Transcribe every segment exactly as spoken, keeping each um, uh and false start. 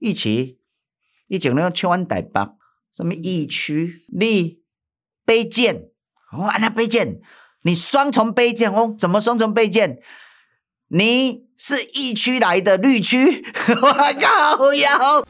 义旗，以前咧唱阮台北，什么义区，你卑贱，哦，安那卑贱，你双重卑贱哦，怎么双重卑贱？你是疫区来的绿区，我靠腰。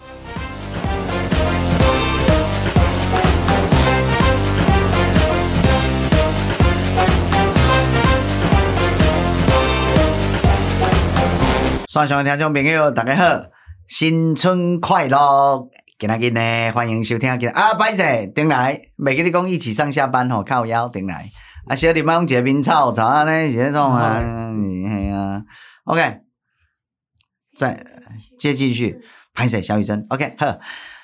线上的听众朋友大家好，新春快乐！今仔日呢，欢迎收听今啊，歹势，顶来，袂记你讲一起上下班吼，靠腰顶来。啊，小林帮一个面草，草啊呢是那种啊，嘿啊 ，OK， 再接继续，歹势小雨珍 ，OK 好。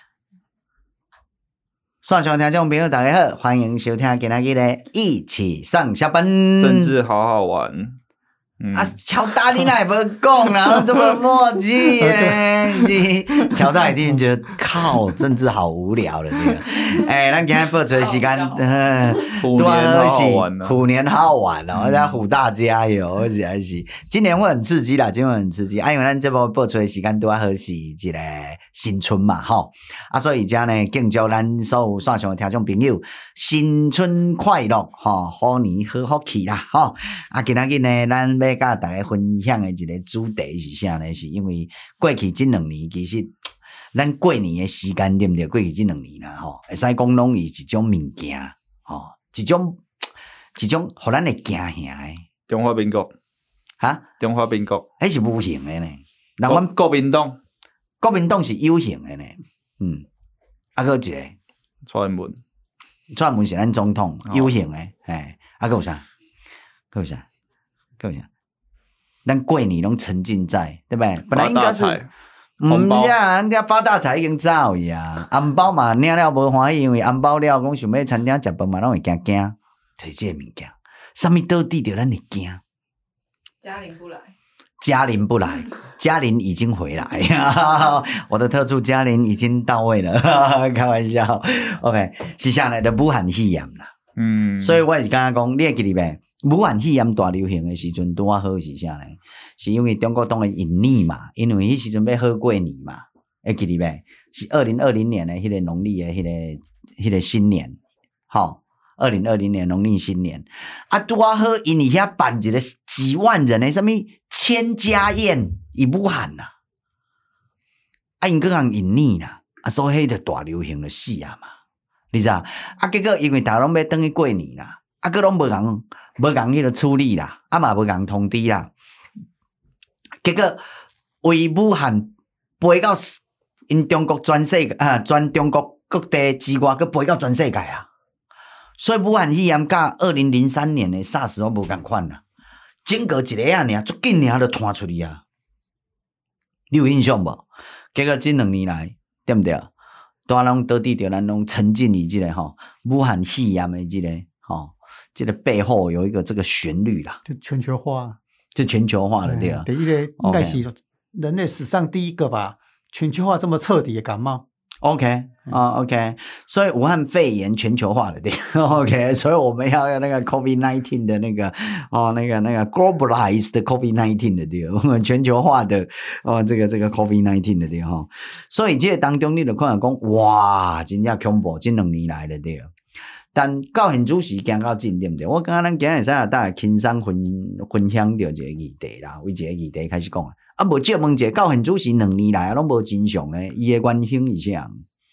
线上的听众朋友大家好，欢迎收听今仔日的一起上下班， 政治好好玩。 嗯、啊，乔大你哪也不讲啦，这么默契耶！是乔大一定觉得靠政治好无聊了，这个。哎，咱今天播出的时间，呃， 虎年好好玩虎年好好玩哦，大家虎大加油，而且还是今年会很刺激啦，今年会很刺激。啊，因为咱这波播出的时间都要好是一个新春嘛，吼啊，所以而家呢，敬祝咱所有线上的听众朋友新春快乐，吼，虎年好福气啦，吼啊，今仔日呢，咱要甲大家分享的一个主题是啥呢？是因为过去这两年其实咱过年的时间对不对？过去这两年啦，吼，会使讲拢是一种物件，吼，一种一种互咱会惊吓的。 中华民国， 哈？ 中华民国， 迄是无形的呢。 那阮国民党， 国民党是有形的呢。嗯，啊，搁一个蔡英文， 蔡英文是咱总统有形的，哎，啊，搁有啥？搁有啥？搁有啥？咱过年拢沉浸在，对不对？本来应该是，唔是啊，人家发大财已经走去啊，红包嘛领了无欢喜，因为红包了，讲想要餐厅食饭嘛，拢会惊惊，找这个物件，什么道理着咱会惊？ 嘉玲不来， 嘉玲不来，嘉玲已经回来，我的特助嘉玲已经到位了，开玩笑。OK， 是啥呢？就武汉肺炎啦。嗯，所以我是刚刚讲，你会记得呗？武汉肺炎大流行的时阵，拄啊好是啥呢？是因为中国当然隐匿嘛，因为迄时阵要好过年嘛，会记得呗？是二零二零年的迄个农历的迄个迄个新年，好，二零二零年农历新年啊，拄啊好，因为遐办一个几万人的什么千家宴，伊武汉呐，啊，因个人隐匿啦，啊，所以迄个大流行就死啊嘛，你知道？啊，结果因为大家拢要等去过年啦。啊，佮拢无人，无人迄个处理啦，啊嘛无人通知啦，结果为武汉飞到因中国全世界啊，全中国各地之外，佮飞到全世界啊！所以武汉肺炎甲二零零三年的 SARS 都无共款啦，整个一个啊尔，足紧尔就传出去啊！你有印象无？结果这两年来，对不对？大拢倒伫着咱拢沉浸于即个吼武汉肺炎的即个吼。这个背后有一个这个旋律啦， 就全球化， 就全球化了，对啊。 第一个应该是人类史上第一个吧，全球化这么彻底的感冒。 OK 啊、哦、，OK， 所以武汉肺炎全球化了，对 ，OK， 所以我们要要那个 COVID 十九 的那个哦，那个那个 globalized COVID 十九 的对，全球化的哦，这个这个 COVID 十九 的对哈。所以这个当中你就看到讲，哇，真正恐怖，这两年来的对。但到现主时行到近对不对？我感觉咱今日使啊，大家轻松分分享到一个议题啦，为一个议题开始讲啊。啊，无借问者，到现主时两年来啊，拢无真相咧，伊的元凶是啥？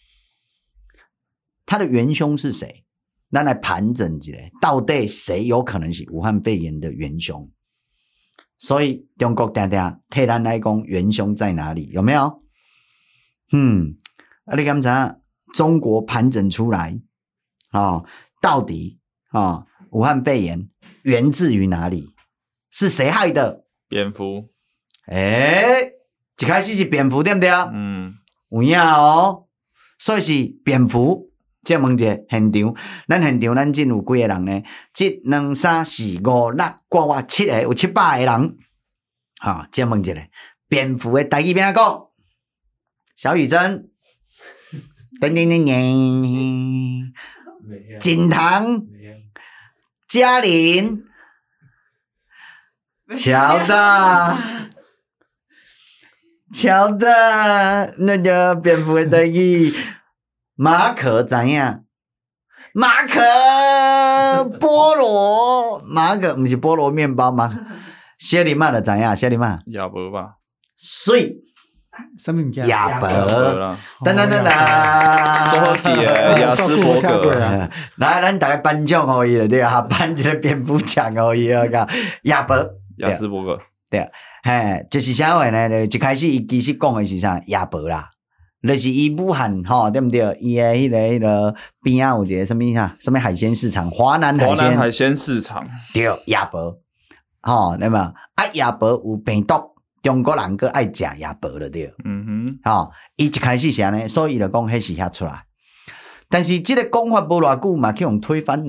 他的元凶是谁？咱来盘整一下，到底谁有可能是武汉肺炎的元凶？所以中国定定替咱来讲元凶在哪里？有没有？嗯，啊，你敢知影中国盘整出来？哦，到底啊、哦，武汉肺炎源自于哪里？是谁害的？ 蝙蝠。 诶，一开始是蝙蝠对不对？嗯，有影哦，所以是蝙蝠。这问者现场，咱现场咱真有几个人呢？一、两、三、四、五、六、括我七个，有七百个人。好、哦，这问者咧，蝙蝠的台语怎讲？小雨珍，叮叮叮叮。锦堂、嘉玲、乔大， 乔的那个蝙蝠的定义，马可怎样？马可菠萝，马可不是菠萝面包吗？小林嘛就怎样？小林嘛亚伯吧， 水什么物件？ 亚伯啦， 噔噔噔噔， 最好记诶，雅斯伯格。 来，咱大家颁奖可以了，对啊，颁一个蝙蝠奖可以了，个亚伯， 雅斯伯格， 对，嘿，就是啥话呢？就一开始伊其实讲的是啥？亚伯啦，就是伊武汉吼，对不对？伊的迄个迄个边仔有一个什么啥？什么海鲜市场？华南海鲜， 华南海鲜市场， 对，亚伯，吼，对嘛？啊，亚伯有病毒。中国人个爱食亚伯了对， 嗯哼，吼，伊一开始是安尼，所以伊就讲迄是遐出来。但是即个讲法无偌久嘛，去用推翻呢。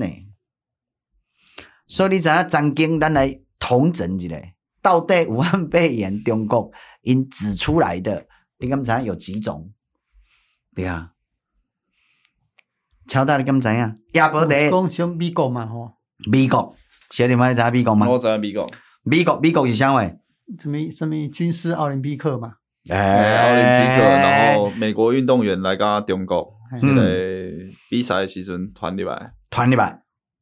所以你知影曾经咱来统整一下，到底武汉肺炎中国因指出来的，你敢知影有几种？对啊，乔大你敢知影？亚伯第讲像美国嘛吼， 美国，小弟们你知影美国吗？ 我知影美国， 美国美国是啥话？ 什么什么军事奥林匹克嘛？ 哎，奥林匹克，然后美国运动员来甲中国迄个比赛的时阵传入来， 传入来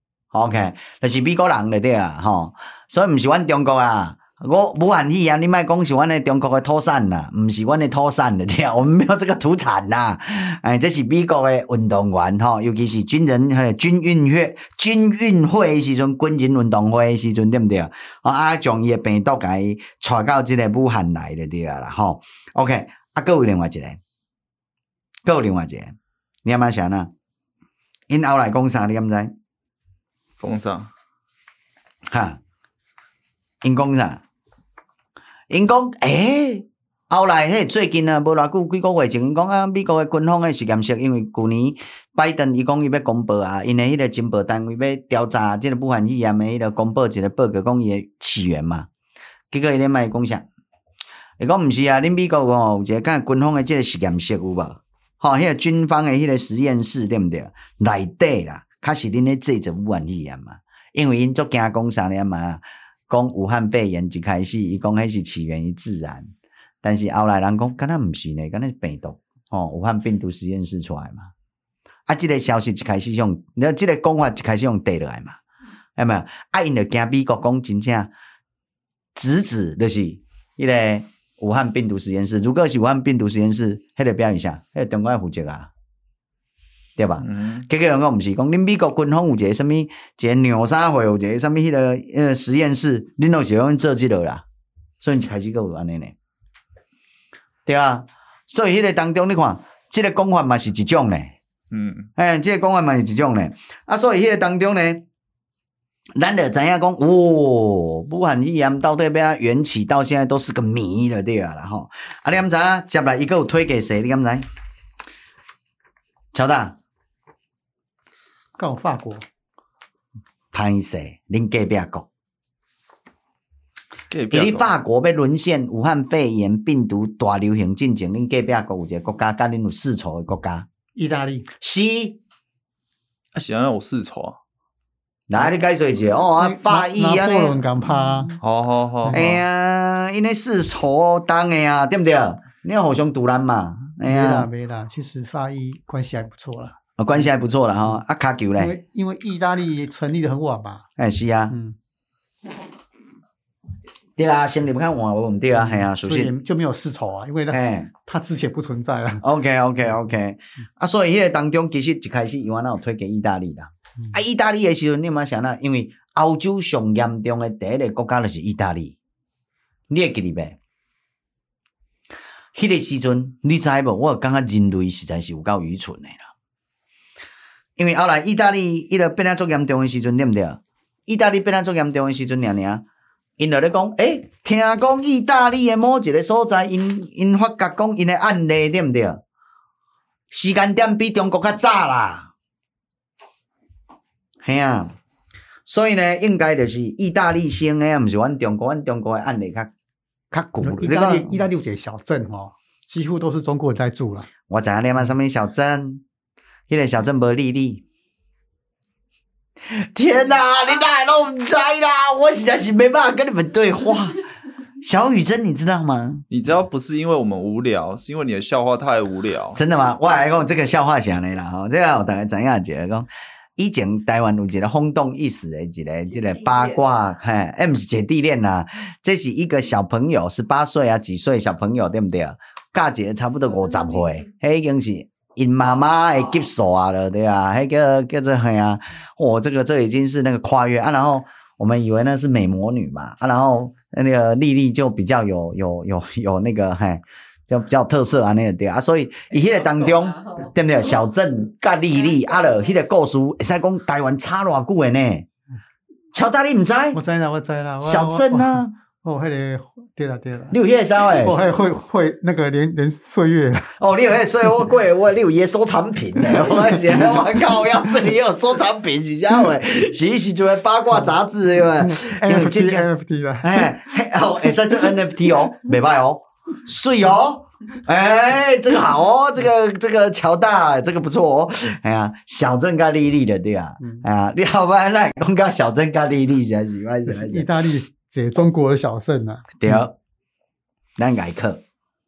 ，OK， 就是美国人就对啊，吼，所以毋是阮中国啊。我武汉肺炎，你莫讲是阮的中国的土产啦，毋是阮的土产的对啊，我们没有这个土产啦。哎，这是美国的运动员吼，尤其是军人嘿军运会军运会的时阵，军人运动会的时阵，对不对？啊，将伊的病毒甲伊带到即个武汉来就对啊啦，吼。OK， 啊，佫有另外一个，佫有另外一个，你阿妈想哪？因后来讲啥？你敢知？ 讲啥？ 哈，因讲啥？因讲，诶、欸，后来迄最近啊，无偌久几个月前，因讲啊，美国诶军方诶实验室，因为去年拜登伊讲伊要公布啊，因诶迄个情报单位要调查即个武汉肺炎诶迄个公布一个报告，讲伊诶起源嘛。结果伊咧卖讲啥？伊讲毋是啊，恁美国吼有一个敢军方诶即个实验室有无？吼、喔，迄、那个军方诶迄个实验室对毋对？内底啦，确实恁咧制造武汉肺炎嘛，因为因足惊讲啥呢嘛？讲武汉肺炎一开始，伊讲迄是起源于自然，但是后来人讲，敢若毋是呢，敢若是病毒，哦，武汉病毒实验室出来嘛。啊，即、這個消息一開始用，你即、這個講法一開始用地落來嘛，係咪？啊，因就驚美國講真正直指就是迄個武漢病毒實驗室，如果是武漢病毒實驗室，迄、那個表現啥？迄、那個中國要負責啊。對吧？嗯、結果人講毋是講，恁美國軍方有一個什麼，一個鳥啥會有一個什麼迄、那個呃實驗室，恁都是用做即個啦，所以就開始個有安尼呢，對啊，所以迄個當中你看，即、這個講法嘛是一種呢，嗯，哎，即、這個講法嘛是一種呢，啊，所以迄個當中呢，咱就知影講，哦，武漢肺炎到底要怎緣起，到現在都是個謎了，對啊啦吼，啊，你敢知影接來伊個有推給誰？你敢知？喬大。 告法國， 歹勢，恁隔壁國， 隔壁伊咧法國要淪陷武漢肺炎病毒大流行進前，恁隔壁國有一個國家，甲恁有世仇的國家， 意大利。 是， 啊是安尼有世仇啊？ 來你解說一下哦，啊法意安尼， 拿破崙敢拍， 好好好， 哎呀，因咧世仇當的啊，對不對？你要互相獨攬嘛，哎沒啦呀， 沒啦，其實法意關係還不錯啦。 啊，關係還不錯啦吼，啊卡球因咧， 為因為意大利成立得很晚嘛。 哎是啊， 嗯， 對啊，成立較晚無毋對啊，係啊，屬所以實。 就沒有世仇啊，因為哎它之前不存在啊。 OK OK OK，啊，所以迄個當中其實一開始伊安那有推給意大利啦。 嗯、 啊，意大利的時陣，你嘛想啦，因為歐洲上嚴重的第一個國家就是意大利，你會記得袂？迄個時陣，你知無？我感覺人類實在是有夠愚蠢的啦。因為後來意大利伊個變啊足嚴重的時陣，對毋對？意大利變啊足嚴重的時陣，爾爾，因就咧講，誒，聽講意大利的某一個所在，因因發覺講因的案例，對毋對？時間點比中國較早啦。係啊，所以呢，應該就是意大利先的，毋是阮中國，阮中國的案例較較舊。 意大利意大利有一個小鎮哦，幾乎都是中國人在住啦。 我知影你嘛什麼小鎮？迄個小鎮無莉莉。天哪，你哪會都唔知啦？我實在是沒辦法跟你們對話。 小雨珍，你知道吗？ 你知道不是因为我们无聊，是因为你的笑话太无聊。 真的吗？我来讲这个笑话是安尼啦，吼，这个我大概知影一个讲，以前台湾有一个轰动一时的一个一个八卦，嘿，哎，不是姐弟恋啦，这是一个小朋友，十八岁啊，几岁小朋友对不对？嫁一个差不多五十岁，迄已经是因妈妈的级数啊了，对啊，迄个叫做嘿啊，哦，这个这已经是那个跨越啊，然后我们以为那是美魔女嘛，啊，然后那个莉莉就比较有有有有那个嘿。就比较特色啊，那个对啊，所以伊迄个当中，对不对？小镇甲莉莉啊了，迄个故事会使讲台湾差偌久的呢？乔大你唔知？ 我知啦，我知啦。 小镇啊， 哦，迄个对啦对啦。 你有迄个啥诶？ 我还会会那个连连岁月。 哦，你有迄个岁月，我贵我你有伊个收藏品呢。我讲我靠，要这里也有收藏品，是啥货？是一时阵的八卦杂志对吧 ？N F T N F T 啦。 哎，哦，会使做 N F T 哦，袂歹哦。水哦，哎，这个好哦，这个这个乔大，这个不错哦。哎呀，小镇咖莉莉的对啊，嗯、哎呀，你好吧，那讲到小镇咖莉莉才喜欢， 是意大利这中国的小镇啊。 对，咱改课。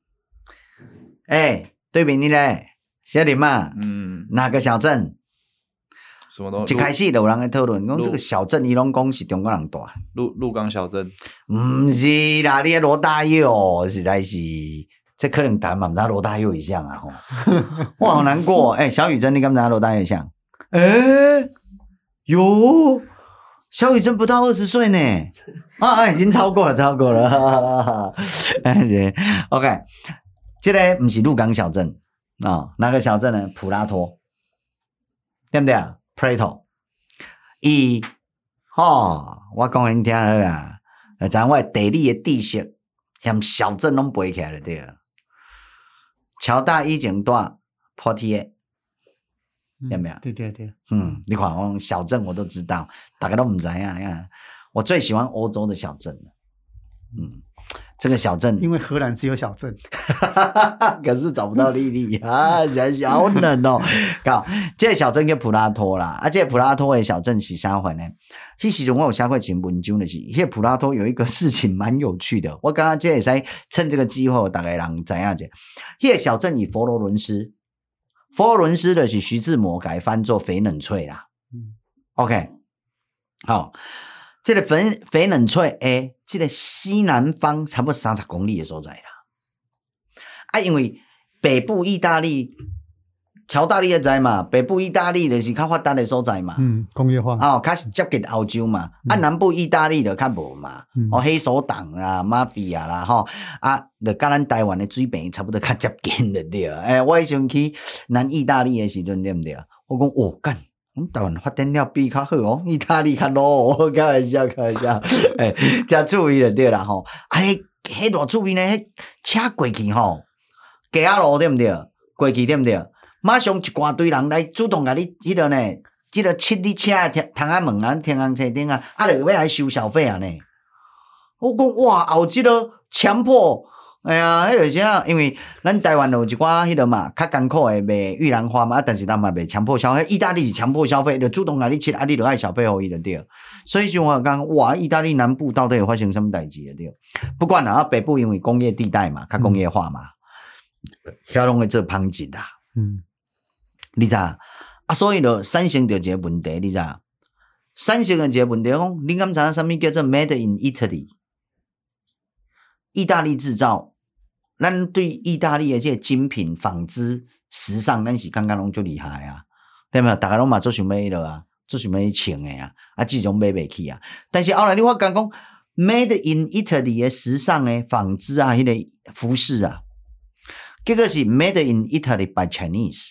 哎，对面你嘞，小林嘛，嗯，哪个小镇？ 什么东西？一开始就有人在讨论，讲这个小镇，伊拢讲是中国人大。 鹿鹿港小镇， 唔是啦，你罗大佑实在是，这可能台湾嘛，唔知罗大佑一项啊吼，我好难过。哎、欸，小雨珍，你敢不知罗大佑一项？哎、欸，哟，小雨珍不到二十岁呢，啊，已经超过了，超过了。哎 ，OK， 这个不是鹿港小镇啊、哦，哪个小镇呢？普拉托，对不对啊？ Plato， 伊，吼、哦，我讲恁听好啊，知影我地理的知识，嫌小镇拢背起来了对啊。乔大以前住坡梯，有没有？ 对对对。 嗯，你看我小镇我都知道，大家都唔知影呀。我最喜欢欧洲的小镇了，嗯。这个小镇， 因为荷兰只有小镇， 可是找不到莉莉啊，想想好冷哦。搞，这个小镇叫普拉托啦，啊，这个普拉托的小镇是啥货呢？迄时阵我有写过一篇文章的是，迄个普拉托有一个事情蛮有趣的，我刚刚这也使趁这个机会，大概人知影者。迄个小镇以佛罗伦斯，佛罗伦斯的是徐志摩改翻做翡冷翠啦。嗯 ，OK， 好。这个翡翡冷翠诶，这个西南方差不多三十公里的所在啦。啊，因为北部意大利，乔大利也知嘛，北部意大利就是较发达的所在嘛。 嗯，工业化。 哦，较接近欧洲嘛。嗯、啊，南部意大利就较无嘛。嗯、哦，黑手党啊、马菲亚啦，吼啊，就甲咱台湾的水平差不多较接近的对。诶，我以前去南意大利的时阵，对不对？我讲哦，干。我们台湾发展了比较好哦，意大利较 low 哦，开玩笑，开玩笑，诶、欸，真趣味就对啦吼。啊，迄迄偌趣味呢？迄车过去吼，街仔路对毋对？过去对毋对？马上一大堆人来主动甲你迄个呢，迄个切你车的窗仔门啊，天空车顶啊，啊，就要来收小费啊呢。我讲哇，有即个强迫。哎呀，迄个啥，因为咱台湾有一寡迄个嘛，较艰苦诶卖玉兰花嘛，但是咱嘛卖强迫消费。意大利是强迫消费，就主动甲你切，啊，你就爱小费互伊就对。所以像我讲，哇，意大利南部到底有发生什么代志就对。不管啦，北部因为工业地带嘛，较工业化嘛，遐拢会做纺织啦。嗯，你知啊？啊，所以就产生着一个问题，你知啊？产生的一个问题讲，你敢知影啥物叫做 Made in Italy？ 意大利制造。咱对意大利的这个精品纺织时尚，咱是感觉拢足厉害啊，对没有？大家拢嘛做想买了啊，做想买穿的啊，啊，这种买袂起啊。但是后来你发觉讲 ，Made in Italy 的时尚的纺织啊，迄、那个服饰啊，结果是 Made in Italy by Chinese。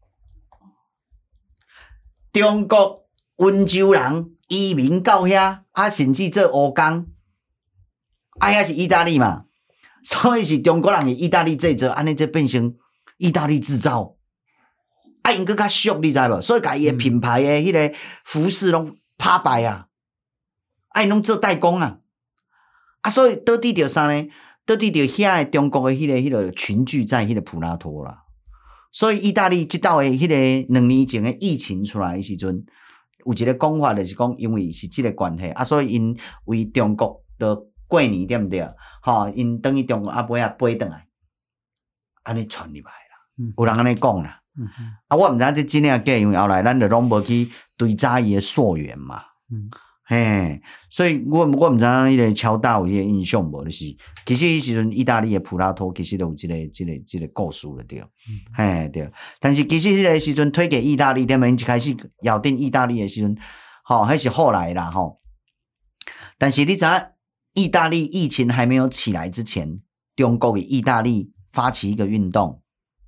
中国温州人移民到遐，啊，甚至做乌工，啊，遐是意大利嘛。所以是中国人的意大利制造，安尼就变成意大利制造，啊，因搁较俗，你知无？所以甲伊的品牌的迄个服饰拢拍败啊，啊，因拢做代工啊，啊，所以倒抵着啥呢？倒抵着遐的中国的迄、那个迄、那个群聚在迄个普拉托啦。所以意大利即道的迄个两年前的疫情出来的时阵，有一个讲法就是讲，因为是即个关系啊，所以因为中国的过年对不对？吼，因等于中国阿伯啊飞转来，安尼传入来啦，有人安尼讲啦。 嗯、 啊，我毋知这真诶假，因为后来咱就拢无去追查伊诶溯源嘛。 嗯， 嘿，所以我我毋知影迄个乔大有迄个印象无？就是其实迄时阵意大利诶普拉托其实都有即、这个、即、这个、即、这个故事了对，嗯、嘿对。但是其实迄个时阵推给意大利，踮因一开始咬定意大利诶时阵，吼、哦，迄是后来啦吼、哦。但是你知影，意大利疫情还没有起来之前，中国与意大利发起一个运动。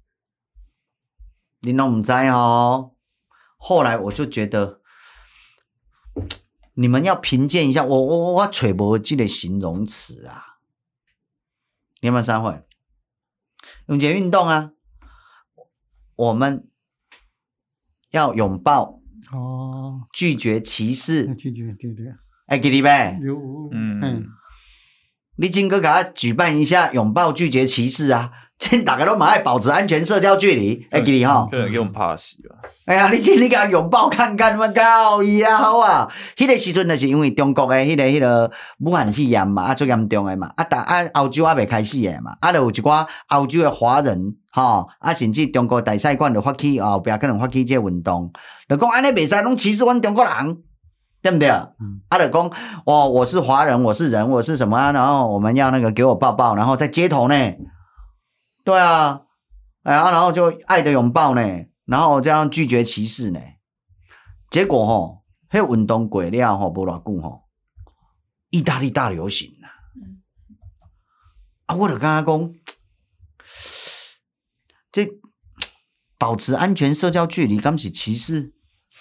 你拢唔知哦，后来我就觉得，你们要评鉴一下，我我我找无这个形容词啊。你有没有三会？永杰运动啊，我们要拥抱哦， 拒绝歧视， 拒绝对对， 哎，记得呗？ 有嗯。 嗯你今个给他举办一下拥抱拒绝歧视啊！今大家都蛮爱保持安全社交距离，哎，记得哈。 可能给我们怕死了。 哎呀，你今你给他拥抱看看，嘛搞呀好啊！迄、那个时阵就是因为中国的迄、那个迄、那个武汉肺炎嘛，啊最严重的嘛，啊大啊欧洲还未开始的嘛，啊就有一寡欧洲的华人吼，啊甚至中国大使馆就发起后壁可能发起这个运动，就讲安尼袂使拢歧视阮中国人。对不对？嗯，啊，就讲哦，我是华人，我是人，我是什么、啊？然后我们要那个给我抱抱，然后在街头呢，对啊，哎呀，然后就爱的拥抱呢，然后这样拒绝歧视呢。结果吼，迄运动过了吼，无偌久吼，意大利大流行啦。啊，我就感觉讲，这保持安全社交距离，敢是歧视？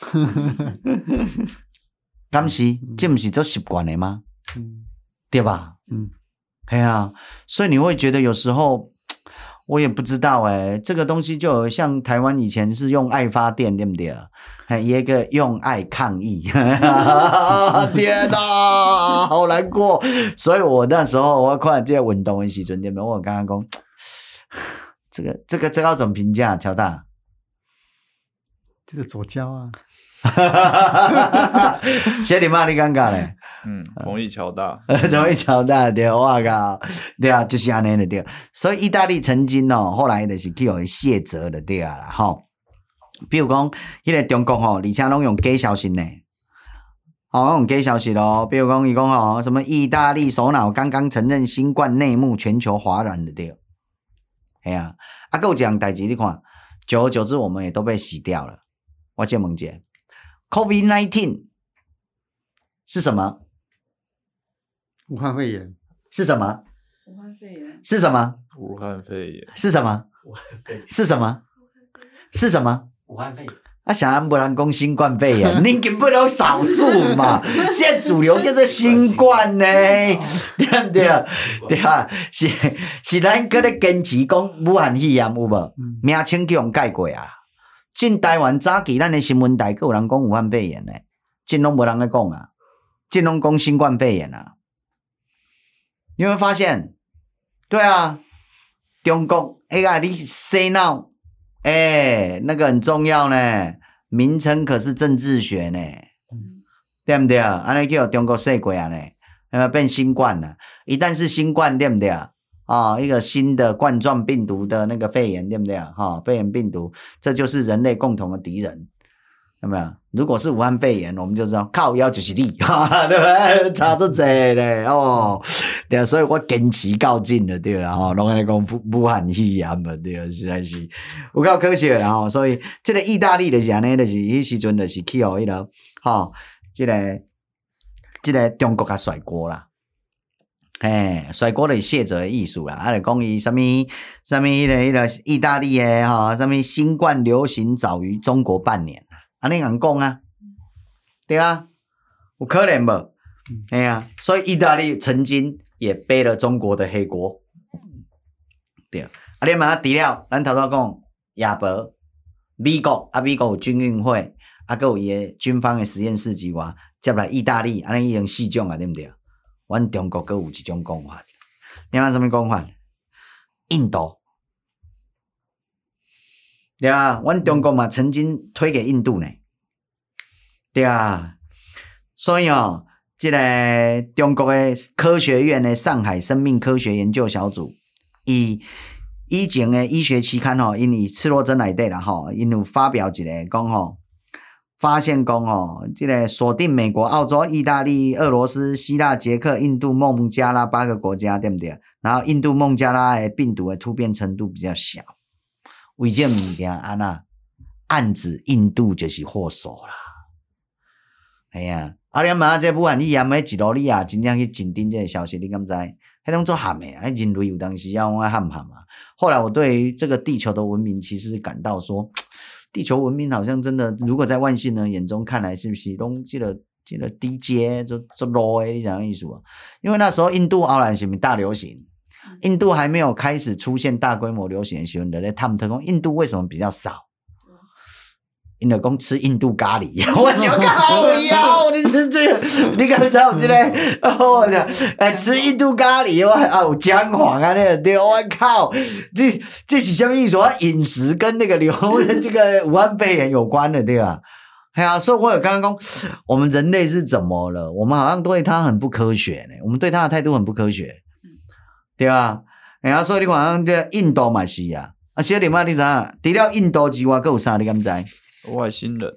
敢是，这不是做习惯的吗？嗯，对吧？嗯，哎呀，所以你会觉得有时候，我也不知道哎，这个东西就有像台湾以前是用爱发电，对不对？还有一个用爱抗议，天哪，好难过。所以我那时候我看这个运动的时阵，对不对？我刚刚讲，这个这个这个要怎么评价？乔大， 这个左交啊。 哈哈哈！谢你妈，你尴尬嘞？ 嗯，同意乔大， 同意乔大对，我靠，对啊，就是安尼的对。所以意大利曾经哦，后来就是去有卸责的对啊啦，吼。比如讲，迄个中国吼，而且拢用假消息呢，哦，用假消息咯。比如讲，伊讲吼，什么意大利首脑刚刚承认新冠内幕，全球哗然的对。哎呀，啊，还有一样代志，你看，久而久之，我们也都被洗掉了。我先问一下。COVID 十九 是什么？ 武汉肺炎是什么？ 武汉肺炎是什么？ 武汉肺炎是什么？ 武汉肺炎是什么？是什么？ 武汉肺炎。 啊，想然没人讲新冠肺炎，你根本都少数嘛。现在主流叫做新冠呢，对不对？对啊，是是咱搁咧坚持讲武汉肺炎有无？名称叫用改过啊。进台湾早期，咱的新闻台，还有人讲武汉肺炎呢，进拢无人咧讲啊，进拢讲新冠肺炎啊。你有没有发现？对啊，中国哎呀，你洗脑，哎，那个很重要呢，名称可是政治学呢，嗯、对不对啊？安尼叫中国洗过啊呢，呃，变新冠了。一旦是新冠，对不对啊？啊，一个新的冠状病毒的那个肺炎，对不对啊？哈，肺炎病毒，这就是人类共同的敌人，有没有？如果是武汉肺炎，我们就知道靠腰就是你，哈哈，对不对？差这这嘞，哦，对啊，所以我坚持到尽了，对啦，哈，拢安尼讲武汉肺炎嘛，对啊，实在是有够科学啦，哈，所以这个意大利就是安尼，就是迄时阵就是去互迄个，哈，这个这个中国甲甩锅啦。哎，甩锅的卸责的艺术啦，啊，就讲伊什么什么迄个迄个意大利的哈，什么新冠流行早于中国半年啊，安尼人讲啊，对啊，有可能无？哎呀、啊，所以意大利曾经也背了中国的黑锅，对啊，啊，你嘛除了咱头先讲亚伯、美国啊，美国有军运会，啊，还有伊的军方的实验室之外，接来意大利，安尼已经四种啊，对不对？阮中国阁有一种讲法，你看什么讲法？印度，对啊，阮中国嘛曾经推给印度呢，对啊，所以哦， 这个中国的科学院的上海生命科学研究小组，以以前的医学期刊吼，因为赤裸针内底啦吼，因有发表一个讲吼，发现讲吼，这个锁定美国、澳洲、意大利、俄罗斯、希腊、捷克、印度、孟加拉八个国家，对不对？然后印度、孟加拉的病毒的突变程度比较小，为这物件安那暗指印度就是祸首啦。哎呀，啊连嘛这武汉肺炎迄一路里啊，真正去紧盯这个消息，你敢知？迄种做喊的啊，人类有当时要往喊喊嘛。后来我对于这个地球的文明，其实感到说，地球文明好像真的，如果在外星人眼中看来，是不是拢这个这个低阶，就就 low 的，你讲意思啊？因为那时候印度后来是不是大流行？印度还没有开始出现大规模流行的时候，人类他们特讲印度为什么比较少？因为讲吃印度咖喱，我想靠腰，你吃这个，你敢知道这个？哦，哎，吃印度咖喱，我啊有姜黄啊，那个对，我靠，这这是什么意思？饮食跟那个流这个武汉肺炎有关的，对吧？哎呀，所以我有刚刚讲，我们人类是怎么了？我们好像对它很不科学呢，我们对它的态度很不科学，对吧？哎呀，所以你看，这印度嘛是啊，啊，小林啊，你知影？除了印度之外，还有啥？你敢知？ 外星人，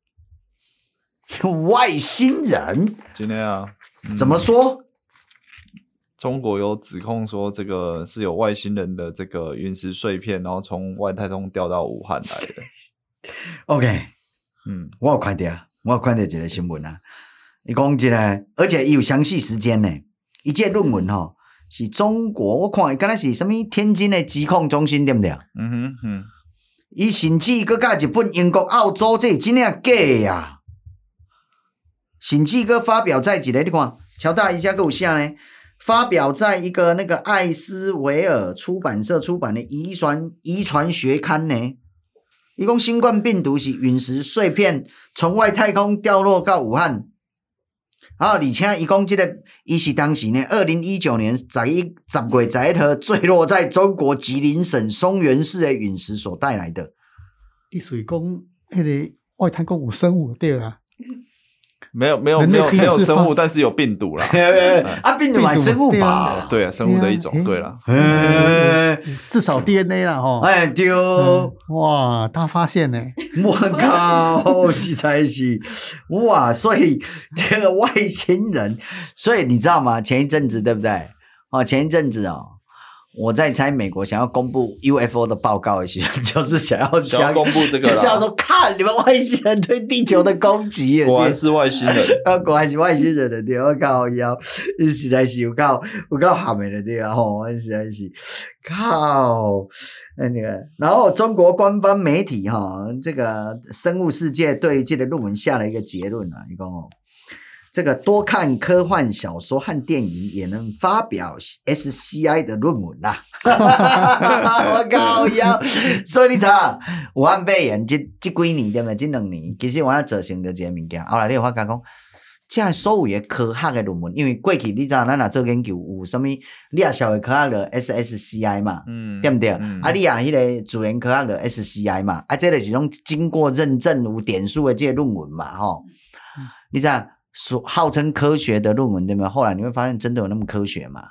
外星人， 今天啊、 嗯，怎么说？ 中国有指控说，这个是有外星人的这个陨石碎片，然后从外太空掉到武汉来的。 OK， 嗯， 我有看到，我有看到这个新闻啊。伊讲这个，而且伊有详细时间呢。伊这论文吼、哦、是中国，我看伊敢若是什么天津的疾控中心，对不对？ 嗯哼嗯。 伊甚至搁甲日本、英国、澳洲，这真正假呀！甚至搁发表在一个，你看，乔大一下给我下呢，发表在一个那个艾斯维尔出版社出版的遗传遗传学刊呢。伊讲新冠病毒是陨石碎片从外太空掉落到武汉。然后，而且伊讲这个，伊是当时呢，二零一九年十一十月十一号坠落在中国吉林省松原市的陨石所带来的。 你属于讲迄个外太空有生物对啊？ 没有没有没有没有生物，但是有病毒啦。 啊，病毒是生物吧？ 对啊，生物的一种。对啦， 至少 D N A 啦吼。 哎对、嗯， 哇，大发现呢！ 我靠，实在是哇！所以这个外星人，所以你知道吗？前一阵子对不对？哦，前一阵子哦。我在猜美国想要公布 U F O 的报告的时候，就是想要想要公布这个， 就是要说看你们外星人对地球的攻击， 果然是外星人， 啊，果然是外星人的对，我靠腰，你实在是有够有够喊的对啊，吼，我实在是靠那个，然后中国官方媒体哈，这个生物世界对这个论文下了一个结论啊，一共哦。这个多看科幻小说和电影也能发表 S C I 的论文啦！我靠呀！所以你知道，武汉肺炎这这几年对不对？这两年其實我要造成的這個物件。後來你有發覺講，這所有的科學的論文，因為過去你知道，咱若做研究有什麼，你也小的科學的 S S C I 嘛，嗯，對不對？嗯、啊，你也迄個自然科學的 S C I 嘛，啊，這個是種經過認證有點數的這個論文嘛，吼、嗯，你知道？說號稱科學的論文對嗎？後來你會發現真的有那麼科學嗎？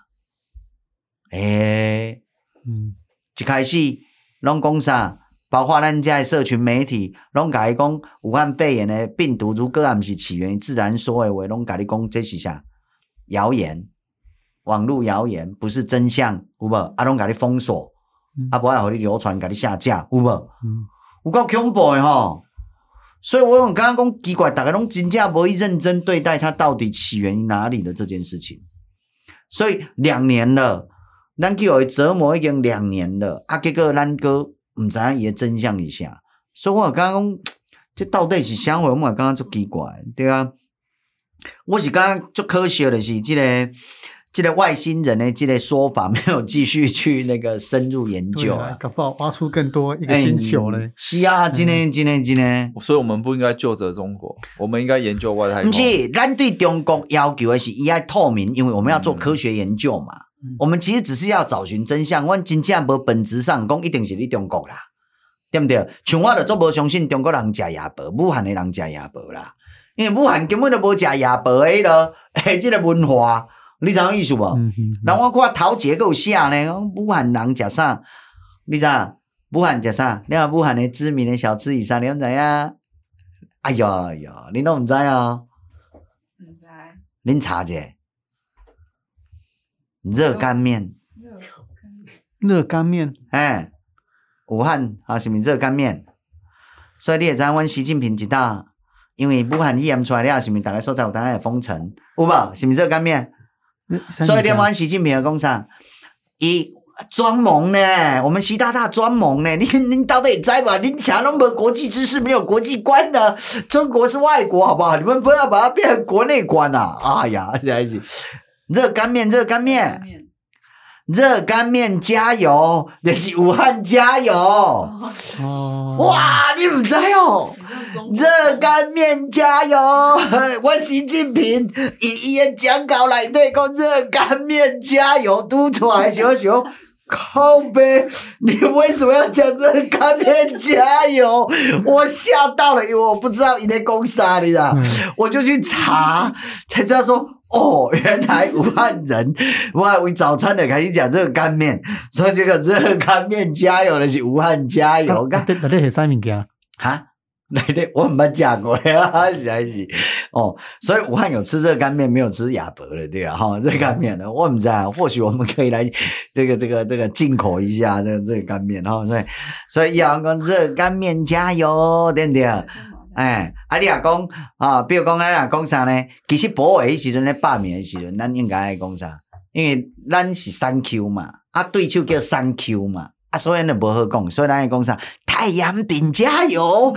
誒，嗯，一開始攏講啥？包括咱這社群媒體攏甲你講武漢肺炎的病毒如果也不是起源於自然說的話，攏甲你講這是啥？謠言，網絡謠言，不是真相，有無？啊，攏甲你封鎖，嗯、啊，不愛互你流傳，甲你下架，有無？嗯，有夠恐怖的吼！所以我有剛剛講奇怪，大家攏真正沒認真對待它到底起源於哪裡的這件事情。所以兩年了，咱叫伊折磨已經兩年了，啊，結果咱個唔知影伊的真相是啥。所以我剛剛講，這到底是啥貨？我剛剛做奇怪，對啊。我是剛剛做科學的是這個。這個外星人的這個說法沒有繼續去那個深入研究啊， 搞不好挖出更多一個星球嘞。 是啊，真的真的真的。 所以我們不應該究責中國，我們應該研究外太空。 不是，咱對中國要求的是伊要透明，因為我們要做科學研究嘛。嗯、我們其實只是要找尋真相，我真正無本質上講一定是你中國啦，對不對？像我就做無相信中國人吃野飯，武漢的人吃野飯啦。 因为武汉根本就无食夜饭的迄落，诶，即个文化，你知影意思无？嗯嗯、人我看头一个有写呢，讲武汉人食啥？你知影？武汉食啥？你看武汉的知名的小吃以啥？你毋知影？哎呀哎呀，你拢毋知啊？ 毋知。 恁查者，热干面。 热干面， 哎，武汉啊，是毋是热干面？所以你会知影，阮习近平一道，因为武汉肺炎出来了，是毋是逐个所在有当会封城，有无？是毋是热干面？所以你阮习近平讲啥？伊装萌呢？我们习大大装萌呢？恁恁到底知吧？恁想那么国际知识，没有国际观呢？中国是外国，好不好？你们不要把它变成国内观啊！哎呀，在一起热干面，热干面。热干面加油，就是武汉加油！哦，哇，你唔知哦？热干面加油！我习近平以伊的讲稿内底讲热干面加油，嘟出来小小靠背，你为什么要讲热干面加油？我吓到了，因为我不知道伊在讲啥，你知道？嗯、我就去查，才知道说。哦，原来武汉人哇为早餐的开始讲热干面，所以这个热干面加油的是武汉加油。 啊，内底系啥物件？ 哈，内底我唔捌食过啊，是还是哦，所以武汉有吃热干面，没有吃亚伯了，对啊，哈，热干面呢，我唔知啊，或许我们可以来这个这个这个进口一下这个热干面，哈，所以所以要讲热干面加油，对不对？哎，啊，你若讲啊，比如讲咱若讲啥呢？其实保卫迄时阵咧罢免的时阵，咱应该爱讲啥？因为咱是三 Q 嘛，啊，对手叫三 Q 嘛，啊，所以咱就无好讲，所以咱爱讲啥？太阳饼加油！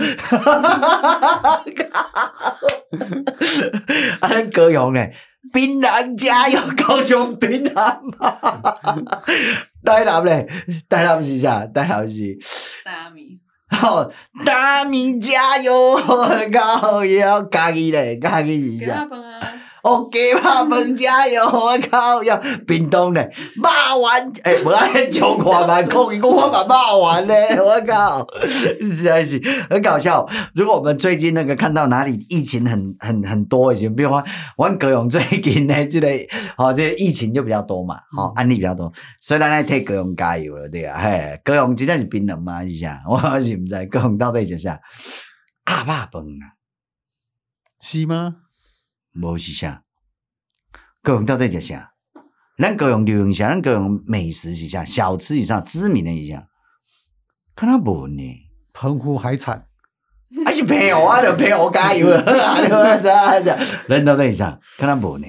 啊，咱高雄咧，槟榔加油，高雄槟榔嘛。台南咧，台南是啥？台南是大米。 哦，大米加油！靠，也要家己咧，家己一下。哦，鸡肉饭加油！我靠，要冰冻咧，肉丸诶，无安尼讲看嘛，讲伊讲我嘛肉丸咧，我靠，实在是很搞笑。如果我们最近那个看到哪里疫情很很很多，已经比如说，我们高雄最近呢，这个哦，这个疫情就比较多嘛，哦，案例比较多，所以咱来替高雄加油了，对啊，嘿，高雄真正是槟榔吗？是啥？我是唔知高雄到底是啥？鸭肉饭啊？ 是吗？ 无是啥？高雄到底是啥？咱高雄流行啥？咱高雄美食是啥？小吃是啥？知名的是啥？看他无呢？ 澎湖海产， 还是朋友啊？就朋友加油了，咱到底是啥？看他无呢？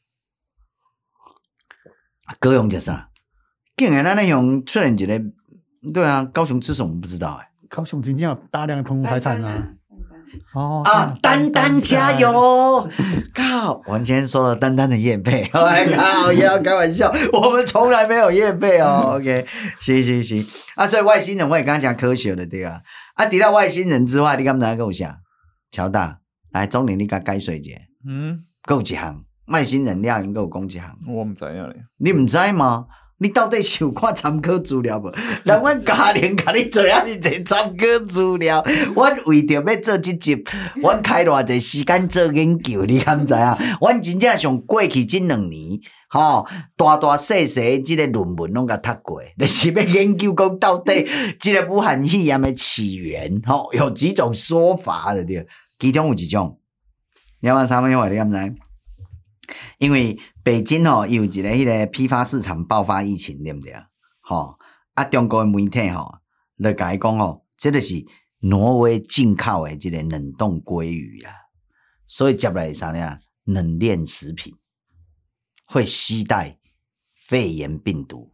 高雄是啥？竟然咱那用出现一个，对啊，高雄吃什么不知道哎、欸？ 高雄真正有大量的澎湖海产啊。 哦啊！丹丹加油！靠，完全收了丹丹的业配，我靠，也要开玩笑，我们从来没有业配哦。OK， 是是是啊，所以外星人我也刚刚讲科学了，对啊。啊，除了外星人之外，你敢知影还有啥？乔大，来，钟林，你甲解说一下。嗯，还有一项外星人了，应该有讲一项。 我唔知影咧。 你唔知吗？你到底是有看参考资料无？人阮家庭甲你做遐尼侪参考资料，阮为着要做即集，阮开偌济时间做研究，你敢知啊？阮真正上过去即两年，吼、哦、大大细细即个论文拢甲读过，就是要研究讲到底即个武汉肺炎的起源，吼、哦、有几种说法的对，其中有一种，两万三万话你敢知？因为北京吼、哦、有一个迄个批发市场爆发疫情，对不对？吼、哦、啊，中国的媒体吼、哦，就甲伊讲吼，这个是挪威进口的这个冷冻鲑鱼啊，所以接来啥呢？冷链食品会携带肺炎病毒，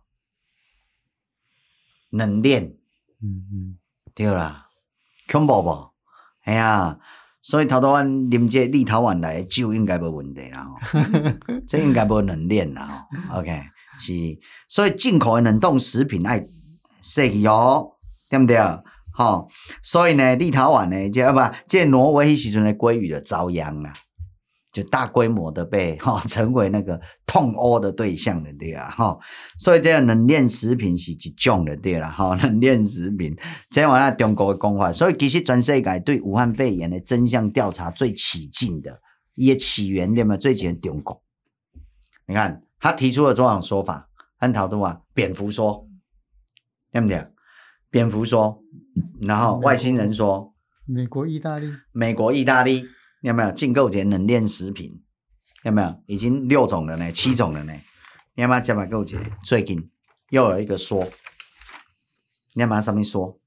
冷链，嗯嗯，对啦，恐怖无？哎呀。所以头头阮啉这立陶宛来的酒应该无问题啦，这应该无冷链啦。OK， 是，所以进口的冷冻食品爱设计哦，对不对？吼，所以呢，立陶宛呢，这不，这挪威迄时阵的鲑鱼就遭殃啦， 就大规模的被哈、哦、成为那个痛殴的对象的对啊哈、哦，所以这个冷链食品是一种的对啦哈、哦，冷链食品这玩意中国的讲法，所以其实全世界对武汉肺炎的真相调查最起劲的，也起源对吗？最起源中国，你看他提出了多种说法，很讨论啊，蝙蝠说，对不对？蝙蝠说，然后外星人说， 美国、意大利， 美国、意大利。有没有进购这冷链食品？有没有已经六种了呢？七种了呢？有没有加把购这最近又有一个说，你要把上面说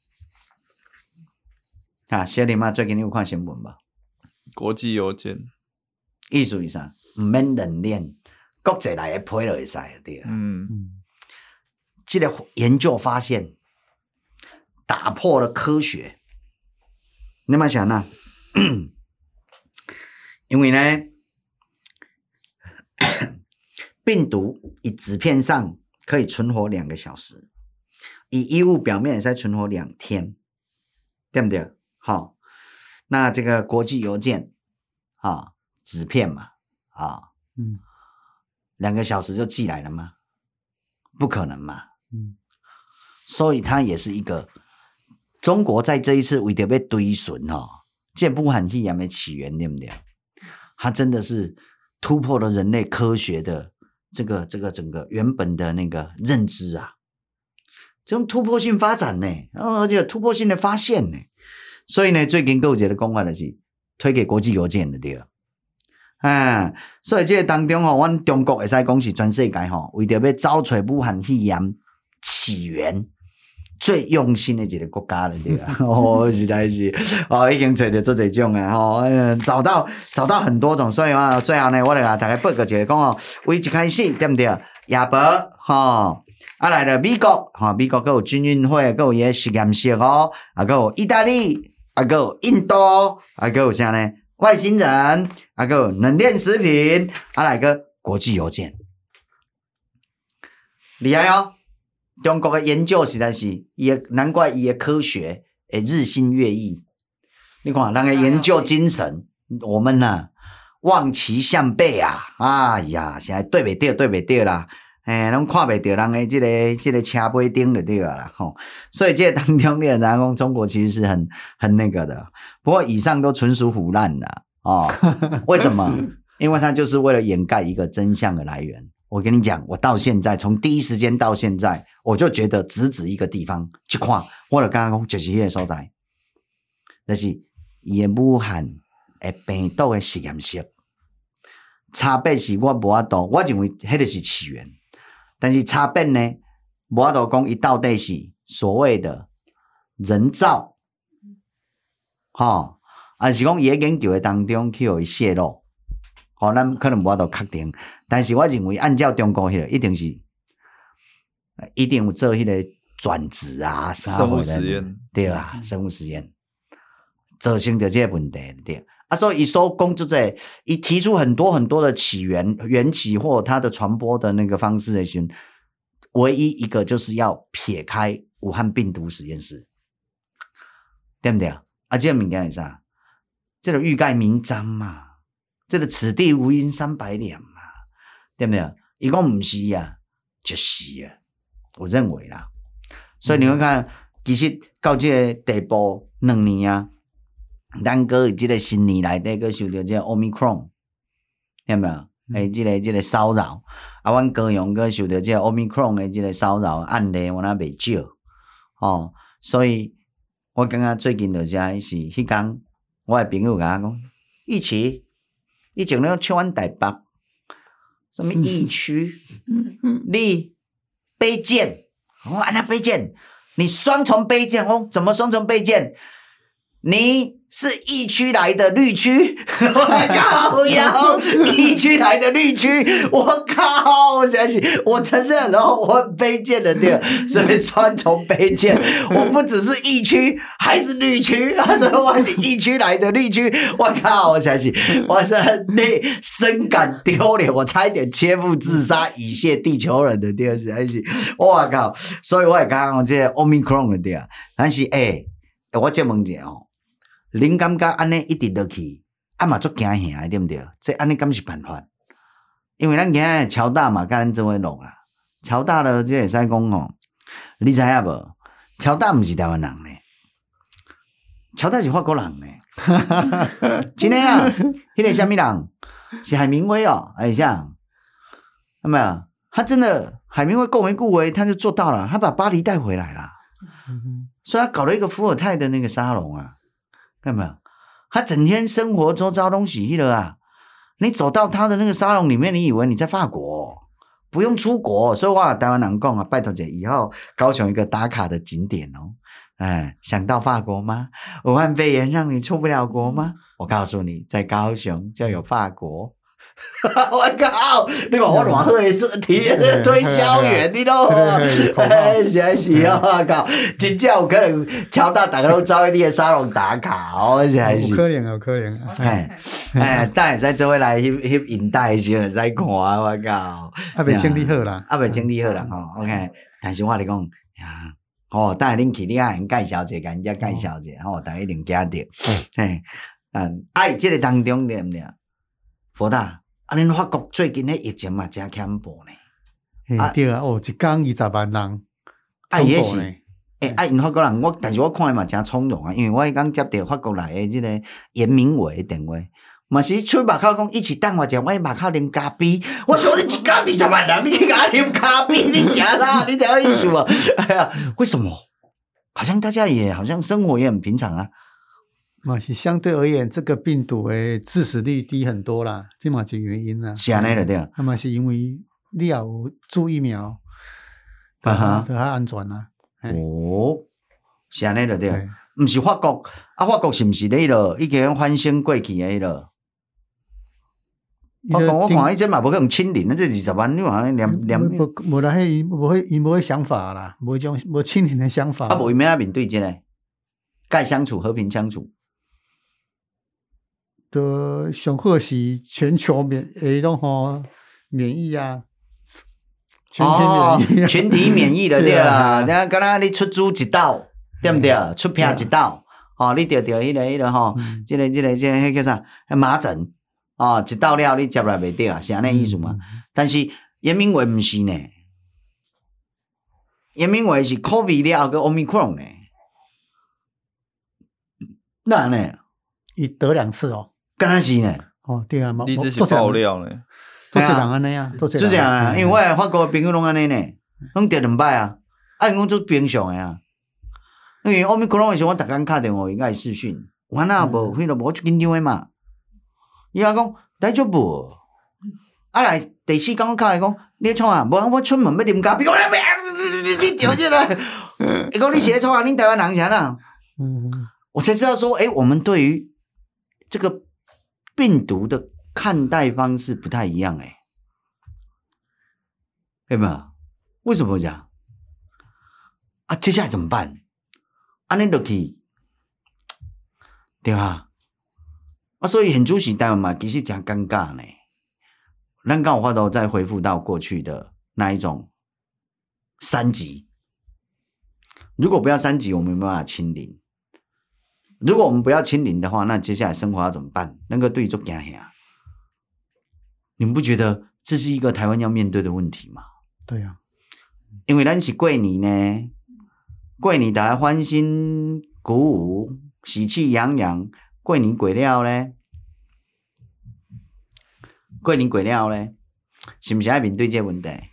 啊，小林嘛，最近你有看新闻吧？ 国际邮件， 意思是啥？唔免冷链，国际来的批就会使对啊。 嗯嗯， 这个研究发现，打破了科学。你有没有想呢？因为呢，病毒以纸片上可以存活两个小时，以衣物表面也在存活两天，对不对？好，那这个国际邮件啊，纸片嘛，啊， 嗯， 两个小时就寄来了吗？不可能嘛， 嗯， 所以它也是一个中国在这一次为了要追寻哈、哦，这武汉肺炎的起源，对不对？它真的是突破了人类科学的这个这个整个原本的那个认知啊，这种突破性发展呢，而且突破性的发现呢，所以呢，最近有一个讲法就是推给国际邮件的对了，啊，所以这个当中吼、哦，阮中国会使讲是全世界吼、哦，为着要找找武汉肺炎起源。最用心的一个国家了，对吧？哦，实在是哦，已经找到做这种啊，吼、哦，找到找到很多种，所以啊，最后呢，我来甲大家报告一个讲哦，为一开始对不对？亚伯吼、哦，啊来了美国，吼、哦，美国还有军运会，还有伊个实验室哦，啊，还有意大利，啊，还有印度，啊，还有啥呢？外星人，啊，还有冷链食品，啊，来个国际邮件，厉害哦！中国的研究实在是，也难怪伊的科学会日新月异。你看，人的研究精神，我们呢、啊、望其项背啊！哎呀，现在对不对？对不对啦？诶，拢看不到人的这个这个车尾灯就对了啦吼。所以这个当中，你也讲讲中国其实是很很那个的。不过以上都纯属唬烂的哦。为什么？因为它就是为了掩盖一个真相的来源。我跟你讲，我到现在从第一时间到现在，我就觉得直指一个地方去看，我就刚刚讲就是迄个所在，就是伊的武汉的病毒的实验室，差别是我无法度，我认为迄个是起源，但是差别呢，无法度讲伊到底是所谓的人造，吼，还是讲伊喺研究的当中去互伊泄露。哦，咱可能无法度确定，但是我认为按照中国迄个，一定是一定有做迄个转子啊， 生物实验， 对啊，生物实验造成的这个问题，对啊，所以伊所讲就在，伊提出很多很多的起源、缘起或它的传播的那个方式的时候，唯一一个就是要撇开武汉病毒实验室，对不对啊？啊，这个物件是啥？这个欲盖弥彰嘛。这个此地无银三百两嘛，对不对？伊讲不是啊，就是啊，我认为啦。所以你会看，其实到这个地步两年啊，咱哥这个新年内底个受到这个 Omicron， 有没有？诶、嗯，这个这个骚扰，啊，阮高雄个受到这个 Omicron 的这个骚扰案例，我那袂少哦。所以我感觉最近就这是迄天，我的朋友甲我讲，一起。以前咧唱阮台北，什么疫区，你卑贱，我安那卑贱，你双重卑贱哦？怎么双重卑贱？你是疫区来的绿区，我靠呀！疫区来的绿区，我靠！我相信，我承认，然后我很卑贱的对，所以双重卑贱。我不只是疫区，还是绿区，所以我是疫区来的绿区。我靠！我相信，我是内深感丢脸，我差一点切腹自杀以谢地球人的对，相信。我靠！所以我也刚刚这个 Omicron 的对，但是诶、欸，我再问一下哦。恁感觉安尼一直落去， 啊嘛足惊吓，对不对？这安尼敢是办法？因为咱今日乔大嘛，甲咱做伙录啦。乔大了，这会使讲哦，你知影无？乔大毋是台湾人呢，乔大是法国人呢。真的啊，迄个什么人是海明威哦，哎像，有没有？他真的海明威共为故为，他就做到了，他把巴黎带回来了，嗯、所以他搞了一个伏尔泰的那个沙龙啊，看到没有？他整天生活周遭东西了啊，你走到他的那个沙龙里面，你以为你在法国，不用出国，所以我台湾人讲啊，拜托姐，以后高雄一个打卡的景点哦。哎，想到法国吗？武汉肺炎让你出不了国吗？我告诉你，在高雄就有法国。我靠！你看我偌好的是提推销员，你都哎是是哦！我靠，真正有可能乔大大家都走去你的沙龙打卡哦，是还是？ 有可能，有可能。 哎哎，等下使做伙来翕翕影带的时候，使看啊！我靠， 还未整理好啦， 还未整理好啦吼。OK， 但是我跟你讲呀。哦，等下恁去，你啊人介绍者，甲人家介绍者，吼、哦，大家一定记得。嘿，嗯，哎，这个当中对毋对？佛大，啊，恁法国最近咧疫情嘛真恐怖呢。 啊，对啊，哦，一天二十万人， 啊，也是，诶、欸，啊，因法国人，我但是我看伊嘛真从容啊，因为我迄天接到法國來的即個嚴明偉的電話。嘛是吹馬口講一起等我食，我馬口啉咖啡。我說你一家二十萬人，你去甲啉咖啡，你啥啦？你才有意思啊！哎呀，為什麼？好像大家也好像生活也很平常啊。 嘛是相對而言，這個病毒的致死率低很多啦，這嘛是原因啦。 是安尼就對。 啊嘛是因為你也有注疫苗， 啊哈， 就較安全啦。 哦，是安尼就對。毋是法國啊？法國是毋是迄落已經反省過去的迄落？我講我看伊這嘛無可能清零，這二十萬你話念念， 無無啦，迄無迄伊無迄想法啦，無種無清零的想法。 啊，無伊咩啊面對這個，該相處和平相處。 都上好是全球免誒種吼免疫啊，全體免疫、啊哦， 全體免疫了對啊。然後剛剛你出豬一道，對唔對？出片一道，哦，你得得迄個迄個吼，這個這個這個迄叫啥？麻疹。哦，一道了你接來袂得啊，是安尼意思嘛？嗯、但是嚴明偉毋是呢，嚴明偉是 COVID 了個 Omicron 呢，那呢？ 伊得兩次哦， 敢若是呢？ 哦，對啊， 你這是爆料呢？ 都這人安尼啊，都這樣啊，因為我法國朋友攏安尼呢，攏得兩擺啊，啊，因講做平常誒啊，因為 Omicron 誒時候我逐工打電話應該視訊，我那無，迄個無出緊張誒嘛。伊話講大丈夫，啊來第四天我敲來講，你創啊？無我出門要啉咖啡，我你你掉進來，伊講你寫錯啊？你台灣人啥啦？我才知道說，誒，我們對於這個病毒的看待方式不太一樣，誒，有沒有？為什麼這樣？啊，接下來怎麼辦？安尼落去，對吧？啊，所以很出席台灣嘛，其實真尷尬呢。咱剛有法度再恢復到過去的那一種三級。如果不要三級，我們沒辦法清零。如果我們不要清零的話，那接下來生活要怎麼辦？那個對就驚嚇。你們不覺得這是一個台灣要面對的問題嗎？ 對啊， 因為咱是過年呢，過年大家歡欣鼓舞，喜氣洋洋。過年過了咧，過年過了咧，是不是要面對這個問題？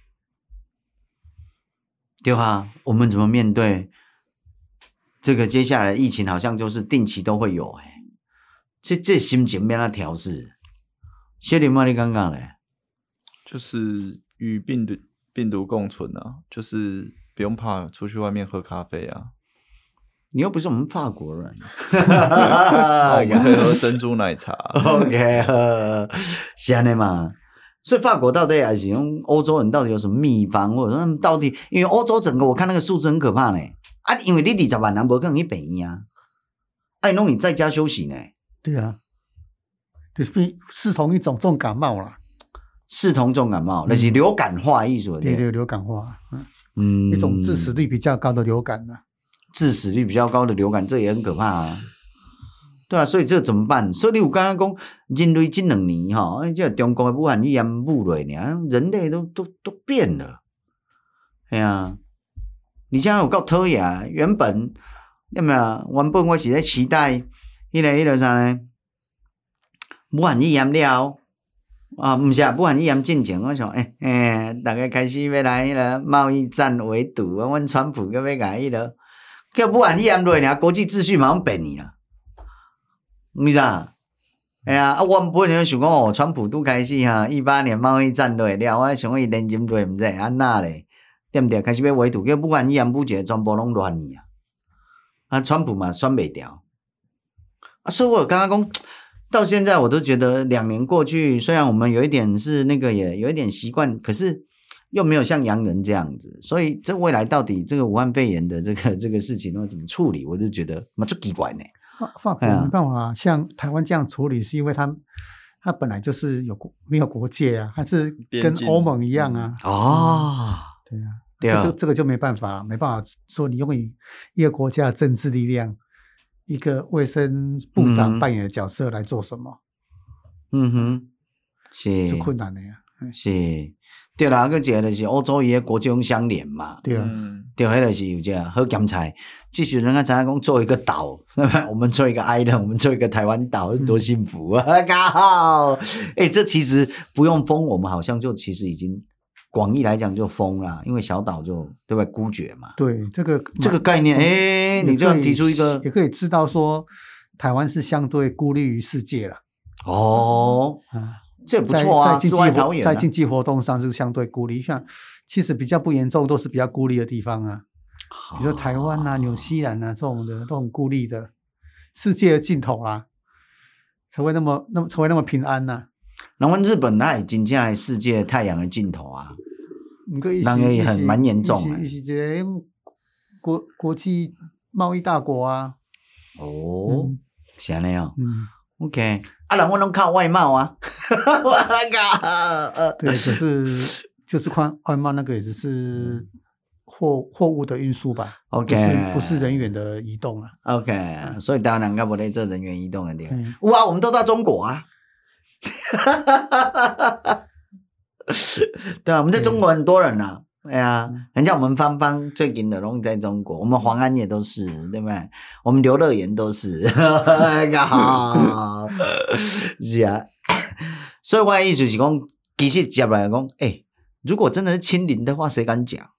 對吧？我們怎麼面對這個接下來的疫情？好像就是定期都會有誒，這這心情要怎調適？小林嘛，你剛剛咧， 就是與病毒病毒共存啊，就是不用怕出去外面喝咖啡啊。 你又不是我們法國人， 我們可以喝珍珠奶茶。 OK， 是這樣嘛？所以法國到底還是用歐洲人到底有什麼秘方，或者說他們到底？因為歐洲整個我看那個數字很可怕呢。啊，因為你二十萬人不可能去病院啊，哎，弄你在家休息呢？ 對啊，就是視同一種重感冒啦， 視同重感冒，那、嗯、是流感化意思。 對對，流感化，嗯，一種致死率比較高的流感啊。 致死率比較高的流感，這也很可怕啊！ 对啊，所以这怎么办？所以你有刚刚讲人类这两年哈，这中国的武汉肺炎误落呢，人类都都都变了。哎呀、啊，你现在有够讨厌，原本有没有？原本我是在期待迄、那个迄、那个啥呢？武汉肺炎了啊，不是啊，武汉肺炎进前，我想诶诶、欸，大家开始要来迄个贸易战围堵啊，阮川普个要甲迄个叫武汉肺炎落呢，国际秩序马上变去啦。你知道？哎呀，啊，我本来想讲哦，川普拄开始哈，一八年贸易战落了，我想伊连任落毋知安那咧，对毋对？开始要围堵，叫武汉肺炎，不一个全部拢乱去啊！啊，川普嘛选袂掉啊，所以我刚刚讲，到现在我都觉得两年过去，虽然我们有一点是那个也有一点习惯，可是又没有像洋人这样子，所以这未来到底这个武汉肺炎的这个这个事情要怎么处理，我就觉得蛮就奇怪呢。 法法国没办法、啊、像台湾这样处理，是因为他他本来就是有国没有国界啊，还是跟欧盟一样啊。 哦， 对啊， 对啊， 这这个就没办法，没办法说你用一个国家的政治力量，一个卫生部长扮演的角色来做什么？ 嗯哼，是是困难的呀、啊。 是，对啦，个一个就是欧洲伊个国中相连嘛， 对啊， 对，迄个是有这好咸菜。即使人家常常讲做一个岛，我们做一个 island， 我们做一个台湾岛，多幸福啊！刚好，哎，这其实不用封，我们好像就其实已经广义来讲就封了，因为小岛就对吧孤绝嘛。 对，这个这个概念，哎，你这样提出一个， 也可以知道说，台湾是相对孤立于世界了。 哦， 啊。 这也不错啊， 在经济活在经济活动上是相对孤立，像其实比较不严重，都是比较孤立的地方啊，比如说台湾啊、纽西兰啊这种的，这种孤立的世界的尽头啊，才会那么那么才会那么平安呐、啊。 然后日本它也真正世界太阳的尽头啊， 那个也很蛮严重的，是这国国际贸易大国啊。 哦，嗯、是安尼哦， 嗯 ，OK。啊，人我拢靠外贸啊，我靠！ 对，可是就是看外贸那个也只是货货物的运输吧 ，OK， 不是不是人员的移动啊 ，OK，、嗯、所以当然应该不在做人员移动的地方。 嗯、 哇，我们都到中国啊，对啊，我们在中国很多人啊。哎呀，人家我们芳芳最近的拢在中国，我们黄安也都是，对不对？我们刘乐言都是，好，是啊。所以我的意思是讲，其实接来讲，哎、欸，如果真的是清零的话，谁敢讲？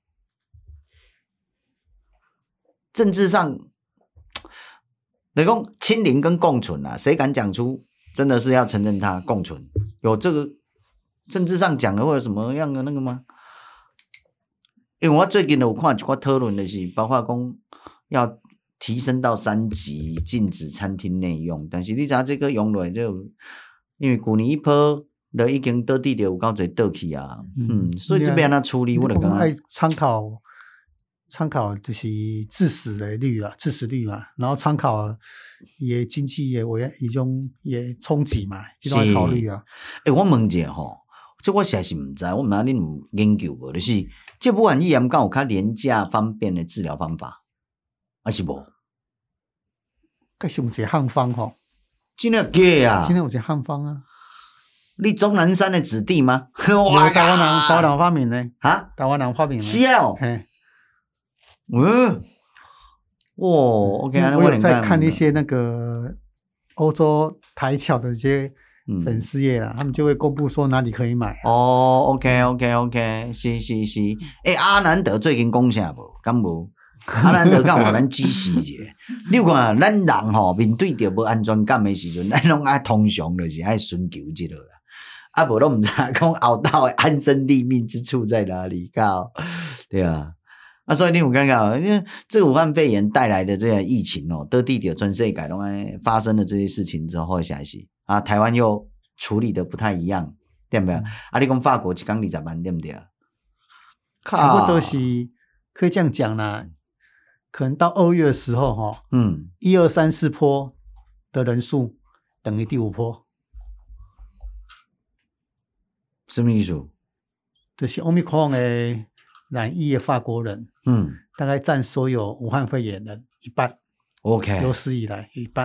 政治上，你讲清零跟共存啊，谁敢讲出真的是要承认它共存？有这个政治上讲的会有什么样的那个吗？因为我最近有看一寡讨论的是，包括讲要提升到三级，禁止餐厅内用，但是你知道这个用落就，因为去年一波就已经倒地了有够侪倒去啊，嗯，嗯所以这边要处理，我就讲爱参考参考就是致死的率啊，致死率嘛，然后参考也经济也为一种也冲击嘛，这种考虑啊。 诶、欸，我问一下吼，这我实在是唔知，我唔知恁有研究无？就是这武汉肺炎敢有较廉价方便的治疗方法，还是无？ 该是有一个汉方吼， 真的假啊？ 真的有一个汉方啊！ 你钟南山的子弟吗？ 哇，台湾人台湾人发明的啊， 台湾人发明的。 是啊、哦，嗯，哇 ，OK， 我有在看一些那个欧洲台侨的一些粉丝页啦、嗯，他们就会公布说哪里可以买、啊。 哦 ，OK，OK，OK， 是是是。诶、欸，阿南德最近讲啥无？敢无？阿南德敢互咱指示一下。你有看，咱人吼面对着无安全感的时阵，咱拢爱通常就是爱寻求即个啦。啊，无拢毋知讲后道的安身立命之处在哪里？搞对啊。啊，所以你有感觉，因为这个武汉肺炎带来的这个疫情哦，得地的全世界拢发生了这些事情之后，下是啊，台湾又处理的不太一样，对不对？嗯、啊，你讲法国一天二十万，对不对？ 差不多是可以这样讲啦。可能到二月的时候，哈，嗯，一二三四波的人数等于第五波， 什么意思？ 就是 Omicron 的染疫的法国人，嗯，大概占所有武汉肺炎的一半。 OK， 有史以来一半。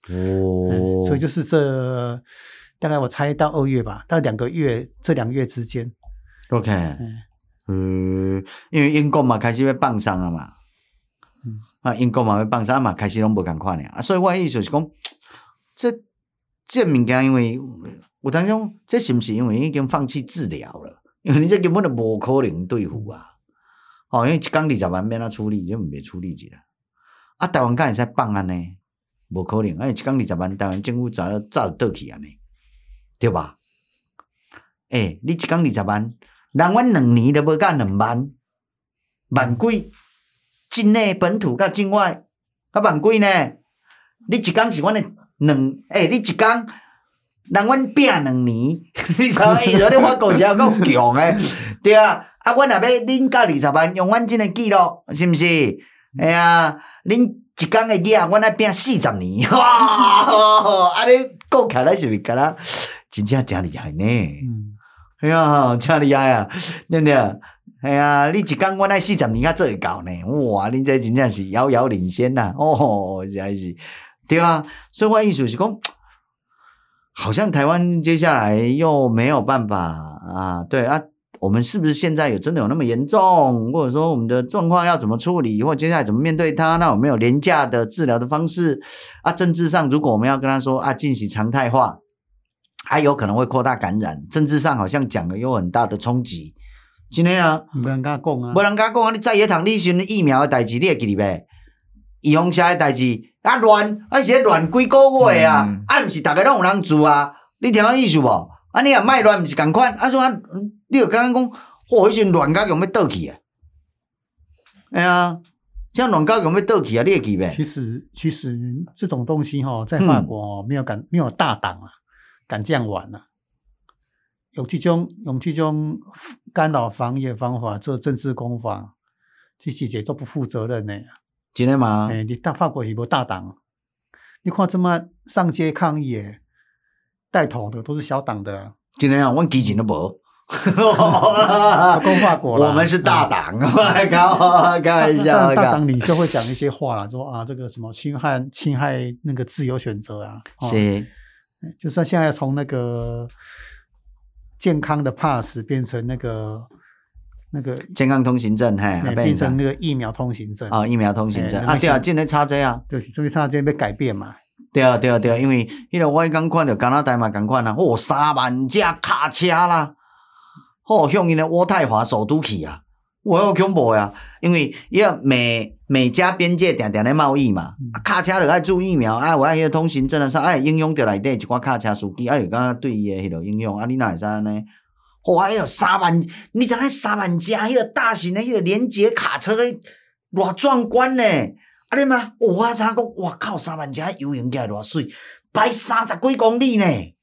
哦，所以就是这大概我猜到二月吧，到两个月这两个月之间。 OK， 嗯，因为英国嘛开始要放松了嘛，嗯，啊，英国嘛要放松嘛，开始拢无共款了啊，所以我的意思是讲，这这物件因为有当中，这是不是因为已经放弃治疗了？因为你这根本就无可能对付啊！哦，因为一天二十万免哪处理，这毋袂处理一下。啊，台湾敢会使放安尼？无可能，啊，一天二十万，台湾政府早早倒去安尼，对吧？诶、欸，你一天二十万，人阮两年都无到两万，万几？境内本土甲境外，啊万几呢？你一天是阮的两，诶、欸，你一天。人阮拼两年，你知影意思？你发股市还够强诶，对啊。啊，阮若要恁到二十万，用阮即个记录，是毋是？哎呀，恁一工诶业，阮爱拼四十年，哇！安尼讲起来是毋是敢若真正真厉害呢？嗯，哎呀，真厉害啊，对毋对？哎呀，你一工阮爱四十年才做会到呢，哇！恁这真正是遥遥领先呐，哦，实在是，对啊。所以我意思是讲。好像台湾接下来又没有办法啊，对啊，我们是不是现在有真的有那么严重，或者说我们的状况要怎么处理，或者接下来怎么面对它？那有没有廉价的治疗的方式啊？政治上，如果我们要跟他说啊，进行常态化，还有可能会扩大感染，政治上好像讲了有很大的冲击。真的啊， 没人敢讲啊， 没人敢讲啊！你在野堂你寻疫苗的代志，你会记得呗？预防车的代志。啊乱，啊是乱几个月啊，嗯、啊毋是逐个拢有人做啊，你听我意思无？啊你若卖乱，毋是共款，啊说啊，你就刚刚讲，嚯，迄阵乱到用要倒去啊，哎呀，这样乱到用要倒去啊，你会记呗？ 其实其实这种东西哈、哦，在法国、哦嗯、没有敢没有大党啊，敢这样玩啊，用这种用这种干扰防疫的方法做政治攻防，这是一个不负责任的。 真的吗？ 哎、欸，你大法国是无大党，你看这么上街抗议的带头的都是小党的、啊， 真的啊，阮基情都无。 攻法国啦， 我们是大党，开开玩笑。 大党领袖会讲一些话啦，说啊，这个什么侵害侵害那个自由选择啊， 哦、是， 就算现在从那个健康的 pass 变成那个。那个健康通行证，嘿， 变成那个疫苗通行证啊、哦，疫苗通行证啊，对啊，今日差这啊， 就是这个差这要改变嘛， 对啊，对啊，对啊，因为迄个我刚看到加拿大嘛，共款啊，哦，三万架卡车啦，哦，向因的渥太华首都去啊，哇，好恐怖呀！因为伊个美美加边界定定咧贸易嘛，嗯、啊，卡车就爱注疫苗啊，有爱迄个通行证啊，啥爱影响到内底一寡卡车司机，啊，就敢对伊的迄个影响，啊，你哪会使安尼？哇！迄、那个三万，你知影三万架迄个大型的迄个连接卡车，偌壮观呢！啊你嘛，哦、我知影讲，哇靠，三万架游泳起来偌水，排三十几公里呢！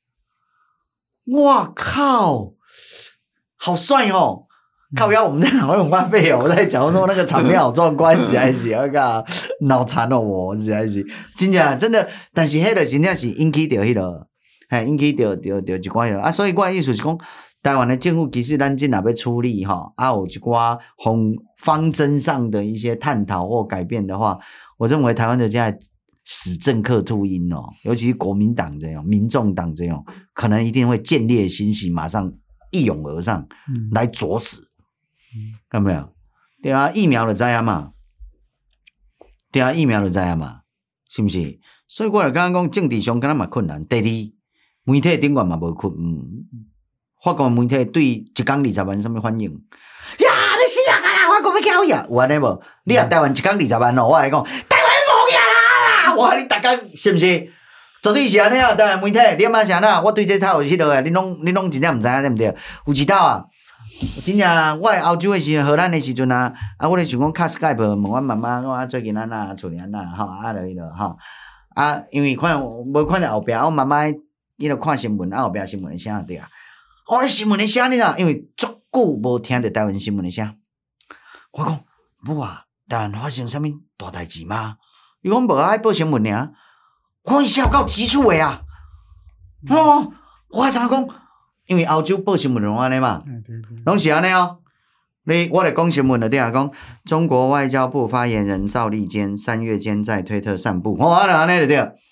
哇靠，好帅哦！靠腰，我们在讨论花费哦，我在讲说那个场面好壮观，实在是，我靠，脑残哦我，实在是，真正真的，但是迄个真正是引起着迄、那个，嘿，引起着着着一寡个啊，所以我的意思是讲。台湾的政府其实咱真若要处理哈，啊有一寡方方针上的一些探讨或改变的话，我认为台湾的现在死政客秃鹰哦，尤其是国民党这样、民众党这样，可能一定会见猎心喜，马上一涌而上，嗯、来啄死，嗯、看到没有？对啊，疫苗就知影嘛，对啊，疫苗就知影嘛，是不是？所以我就刚刚讲政治上敢若嘛困难。第二，媒体顶悬嘛无困，嗯。法国媒体对一天二十万什么反应？呀，你死啊！啦，法国要交呀，有安尼无？你若台湾一天二十万哦，我来讲，台湾无呀啦！哇，你逐工是毋是？绝对是安尼啊！台湾媒体，你阿是安那？我对这套有迄落诶，你拢你拢真正毋知影对毋对？有一道啊，真正我欧洲诶时阵，荷兰诶时阵啊，啊，我咧想讲卡 Skype 问阮妈妈，我最近安那厝里安那吼，啊落迄落吼，啊，因为看无看到后壁，我妈妈伊著看新闻，啊后壁新闻诶声对啊。哦，迄新闻的声你啊，因为足久无听着台湾新闻的声。我讲，母啊，台湾发生啥物大代志吗？伊讲无爱报新闻尔。我讲伊是有够急促的啊！哦，我还怎讲？因为欧洲报新闻拢安尼嘛，拢是安尼哦。你我来讲新闻了，对啊，讲中国外交部发言人赵立坚三月间在推特散布，哦，安尼安尼就对。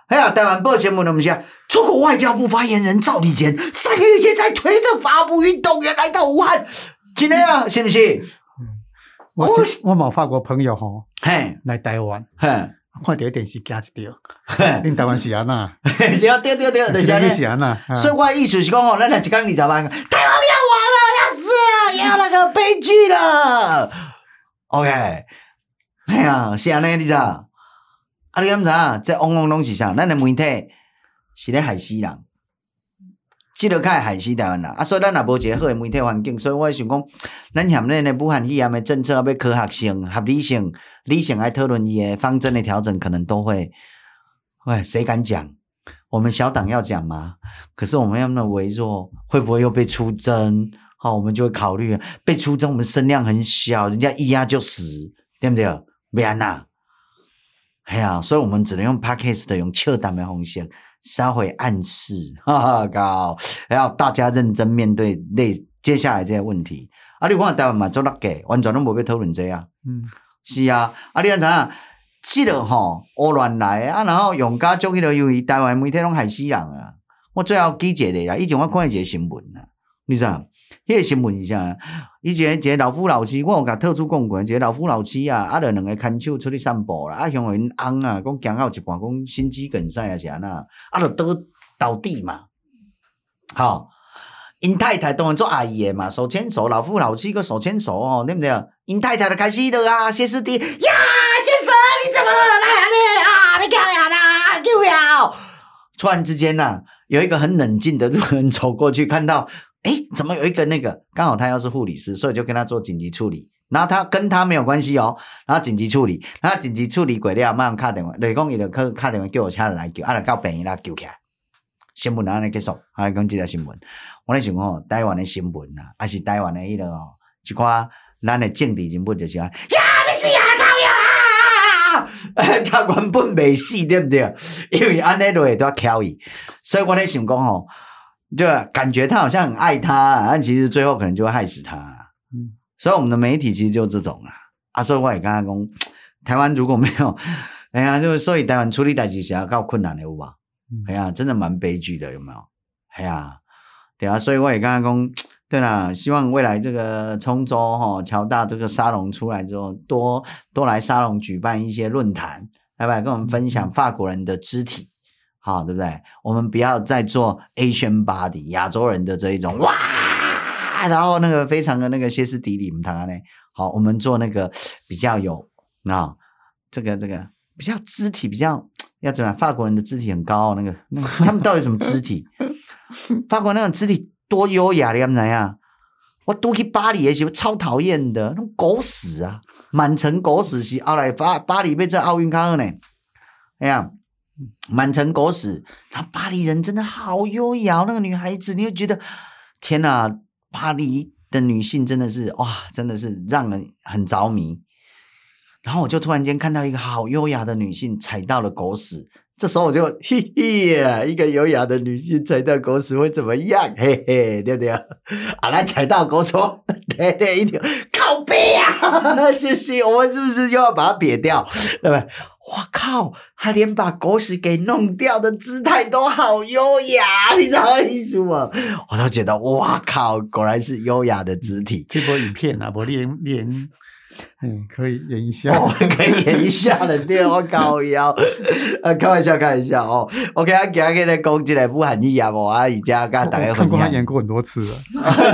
哎呀，台湾报新闻了不是？中国外交部发言人赵立坚三个月前才推特发布运动员来到武汉，真的啊，是不是？ 我我冇法国朋友吼， 嘿， 来台湾， 嘿， 看到电视惊一跳，恁台湾是安那？ 只要对对对，就是安尼是安那。 所以我的意思是讲哦，咱若一天二十万，台湾要完了，要死了，要那个悲剧了。OK， 哎呀，是安尼，你知道？啊，你敢知影？这往往拢是啥？咱的媒体是咧害死人，即落开害死台湾人。啊，所以咱也无一个好的媒体环境，所以我想讲，咱嫌咱的武汉肺炎的政策要科学性、合理性、理性来讨论伊的方针的调整，可能都会，喂，谁敢讲？我们小党要讲吗？可是我们要那么微弱，会不会又被出征？好、哦，我们就会考虑被出征，我们声量很小，人家一压就死，对不对？不然呐。哎呀，所以我们只能用 podcast 的用笑谈的方式稍微暗示，哈哈，搞，要大家认真面对类接下来这些问题。啊，你看台湾嘛做落价，完全都无要讨论这啊。嗯，是啊。啊，你看怎样？这个吼乌乱来啊，然后用家做迄个，因为台湾媒体拢害死人啊。我最后记一个啦，以前我看一个新闻啊，你知道？迄个新闻是啥？以前一个老夫老妻，我有甲特助讲过，一个老夫老妻啊，啊，就两个牵手出去散步啦，啊，向因翁啊，讲行到一半，讲心肌梗塞啊是安那，啊，就倒倒地嘛。好，因太太当然做阿姨的嘛，手牵手，老夫老妻个手牵手哦，对不对？因太太就开始了啊，歇斯底呀，先生你怎么了？来啊你啊，你干呀啦，救呀！突然之间呐、啊，有一个很冷静的路人走过去，看到。诶，怎么有一个那个刚好他要是护理师，所以就跟他做紧急处理。然后他跟他没有关系哦，然后紧急处理，然后紧急处理过了，马上打电话，就是讲伊就去打电话叫我车来救，啊，就到病院啦救起来。新闻安尼结束，啊，讲这条新闻，我咧想讲，台湾的新闻啊，还是台湾的迄、那个哦，一寡咱的政治人物就是啊，呀，你死啊，靠呀！他原本未死，对不对？因为安尼落会都要敲伊，所以我咧想讲吼。就感觉他好像很爱他，但其实最后可能就会害死他。嗯，所以我们的媒体其实就这种啦。啊，所以我也跟他讲，台湾如果没有，哎呀，就所以台湾处理代志是要够困难的，有吧？哎呀，真的蛮悲剧的，有没有？哎呀，对啊，所以我也跟他讲，对啦，希望未来这个冲州哈侨大这个沙龙出来之后，多多来沙龙举办一些论坛，来不来跟我们分享法国人的肢体。好，对不对？我们不要再做 Asian body 亚洲人的这一种哇，然后那个非常的那个歇斯底里，他呢，好，我们做那个比较有啊，这个这个比较肢体比较要怎么样？法国人的肢体很高，那个那个他们到底什么肢体？法国那种肢体多优雅，你知道？我都去巴黎的时候超讨厌的，那种狗屎啊，满城狗屎是后来巴巴黎被这奥运卡呢，哎呀。满城狗屎，然后巴黎人真的好优雅，那个女孩子，你会觉得天哪，巴黎的女性真的是哇，真的是让人很着迷。然后我就突然间看到一个好优雅的女性踩到了狗屎，这时候我就嘿嘿，一个优雅的女性踩到狗屎会怎么样？嘿嘿，对不对？啊，来踩到狗屎，对对一条靠背啊，是不是？我们是不是又要把它撇掉？对不对？我靠，他连把狗屎给弄掉的姿态都好优雅，你知道意思吗？我都觉得哇靠，果然是优雅的肢体。 这波影片啊，我连连，嗯，可以演一下， 哦，可以演一下的，对，我靠腰，呃，开玩笑，开玩笑哦。OK， 啊，今日咧讲这个不含义啊，我啊，而家跟大家分享。 看过他演过很多次了，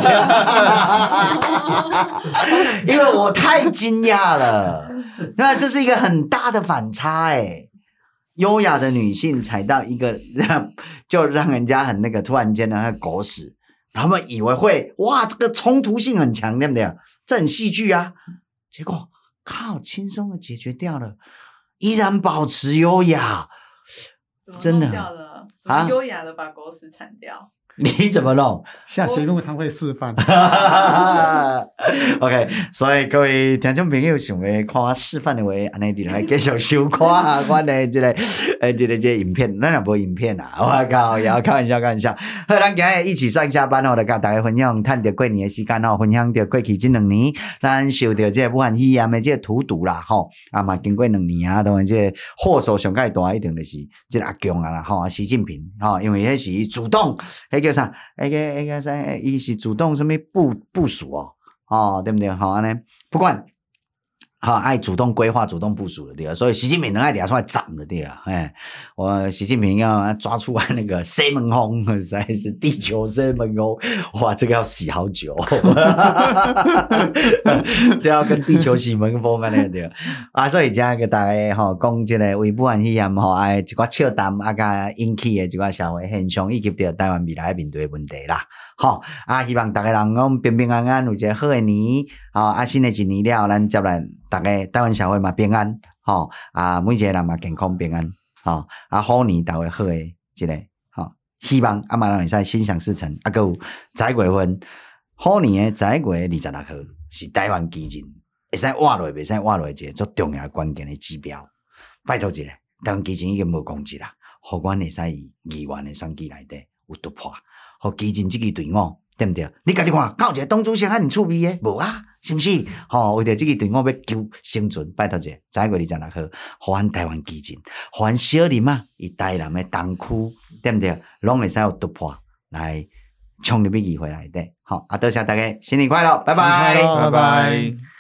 因为我太惊讶了。那这是一个很大的反差哎，优雅的女性踩到一个就让人家很那个突然间的那个狗屎，然后他们以为会哇这个冲突性很强，对不对？这很戏剧啊，结果靠轻松的解决掉了，依然保持优雅， 真的怎么优雅的把狗屎铲掉？ 你怎么弄？ 下节目他会示范。 OK， 所以各位听众朋友想要看我示范的话，安尼就来继续收看啊，我的这个呃这个这个影片，咱也无影片啊，我靠，也要开玩笑开玩笑。好，咱今日一起上下班哦，来跟大家分享，趁着过年的时间哦，分享着过去这两年，咱受到这个武汉肺炎的这个荼毒啦，吼，啊嘛经过两年啊，当然这个祸首上介大一定就是这个阿强啊啦，吼，习近平，吼，因为迄是主动，迄叫啥？迄个迄个啥？伊是主动什么部部署哦。哦，对不对？好、哦，安尼不管，好、哦、爱主动规划、主动部署的对啊，所以习近平能爱抓出来斩的对啊，哎，我习近平要抓出来那个西门风，实在是地球西门风，哇，这个要洗好久，就要跟地球洗门风啊那个对啊，所以才个大家吼讲这个为武汉肺炎吼，哎，一寡笑谈啊，甲引起的一寡社会现象，以及着台湾未来面对的问题啦。好、哦、啊，希望大家人讲平平安安，有一个好的年，哦、啊，新的一年了，咱接来大家台湾社会嘛平安，吼、哦、啊，每一个人嘛健康平安，吼、哦、啊，好年大家好的一个，吼、哦，希望啊嘛人会使心想事成，啊，还有十一月份，好年的十一月二十六号是台湾基情，会使活落，袂使活落一个最重要关键的指标，拜托一下，台湾基情已經無攻擊啦，互阮會使以議員的選舉內底有突破。互基進這支隊伍，對不對？你家己看，搞一個黨主席遐爾趣味的，無啊？是毋是？吼、哦，為着這支隊伍要求生存，拜託者，十一月二十六號，互阮台灣基進，互阮小林啊，伊台南的東區，對不對？攏會使有突破，來衝入去議會內底。好，啊，多謝大家，新年快樂，拜拜， 拜拜。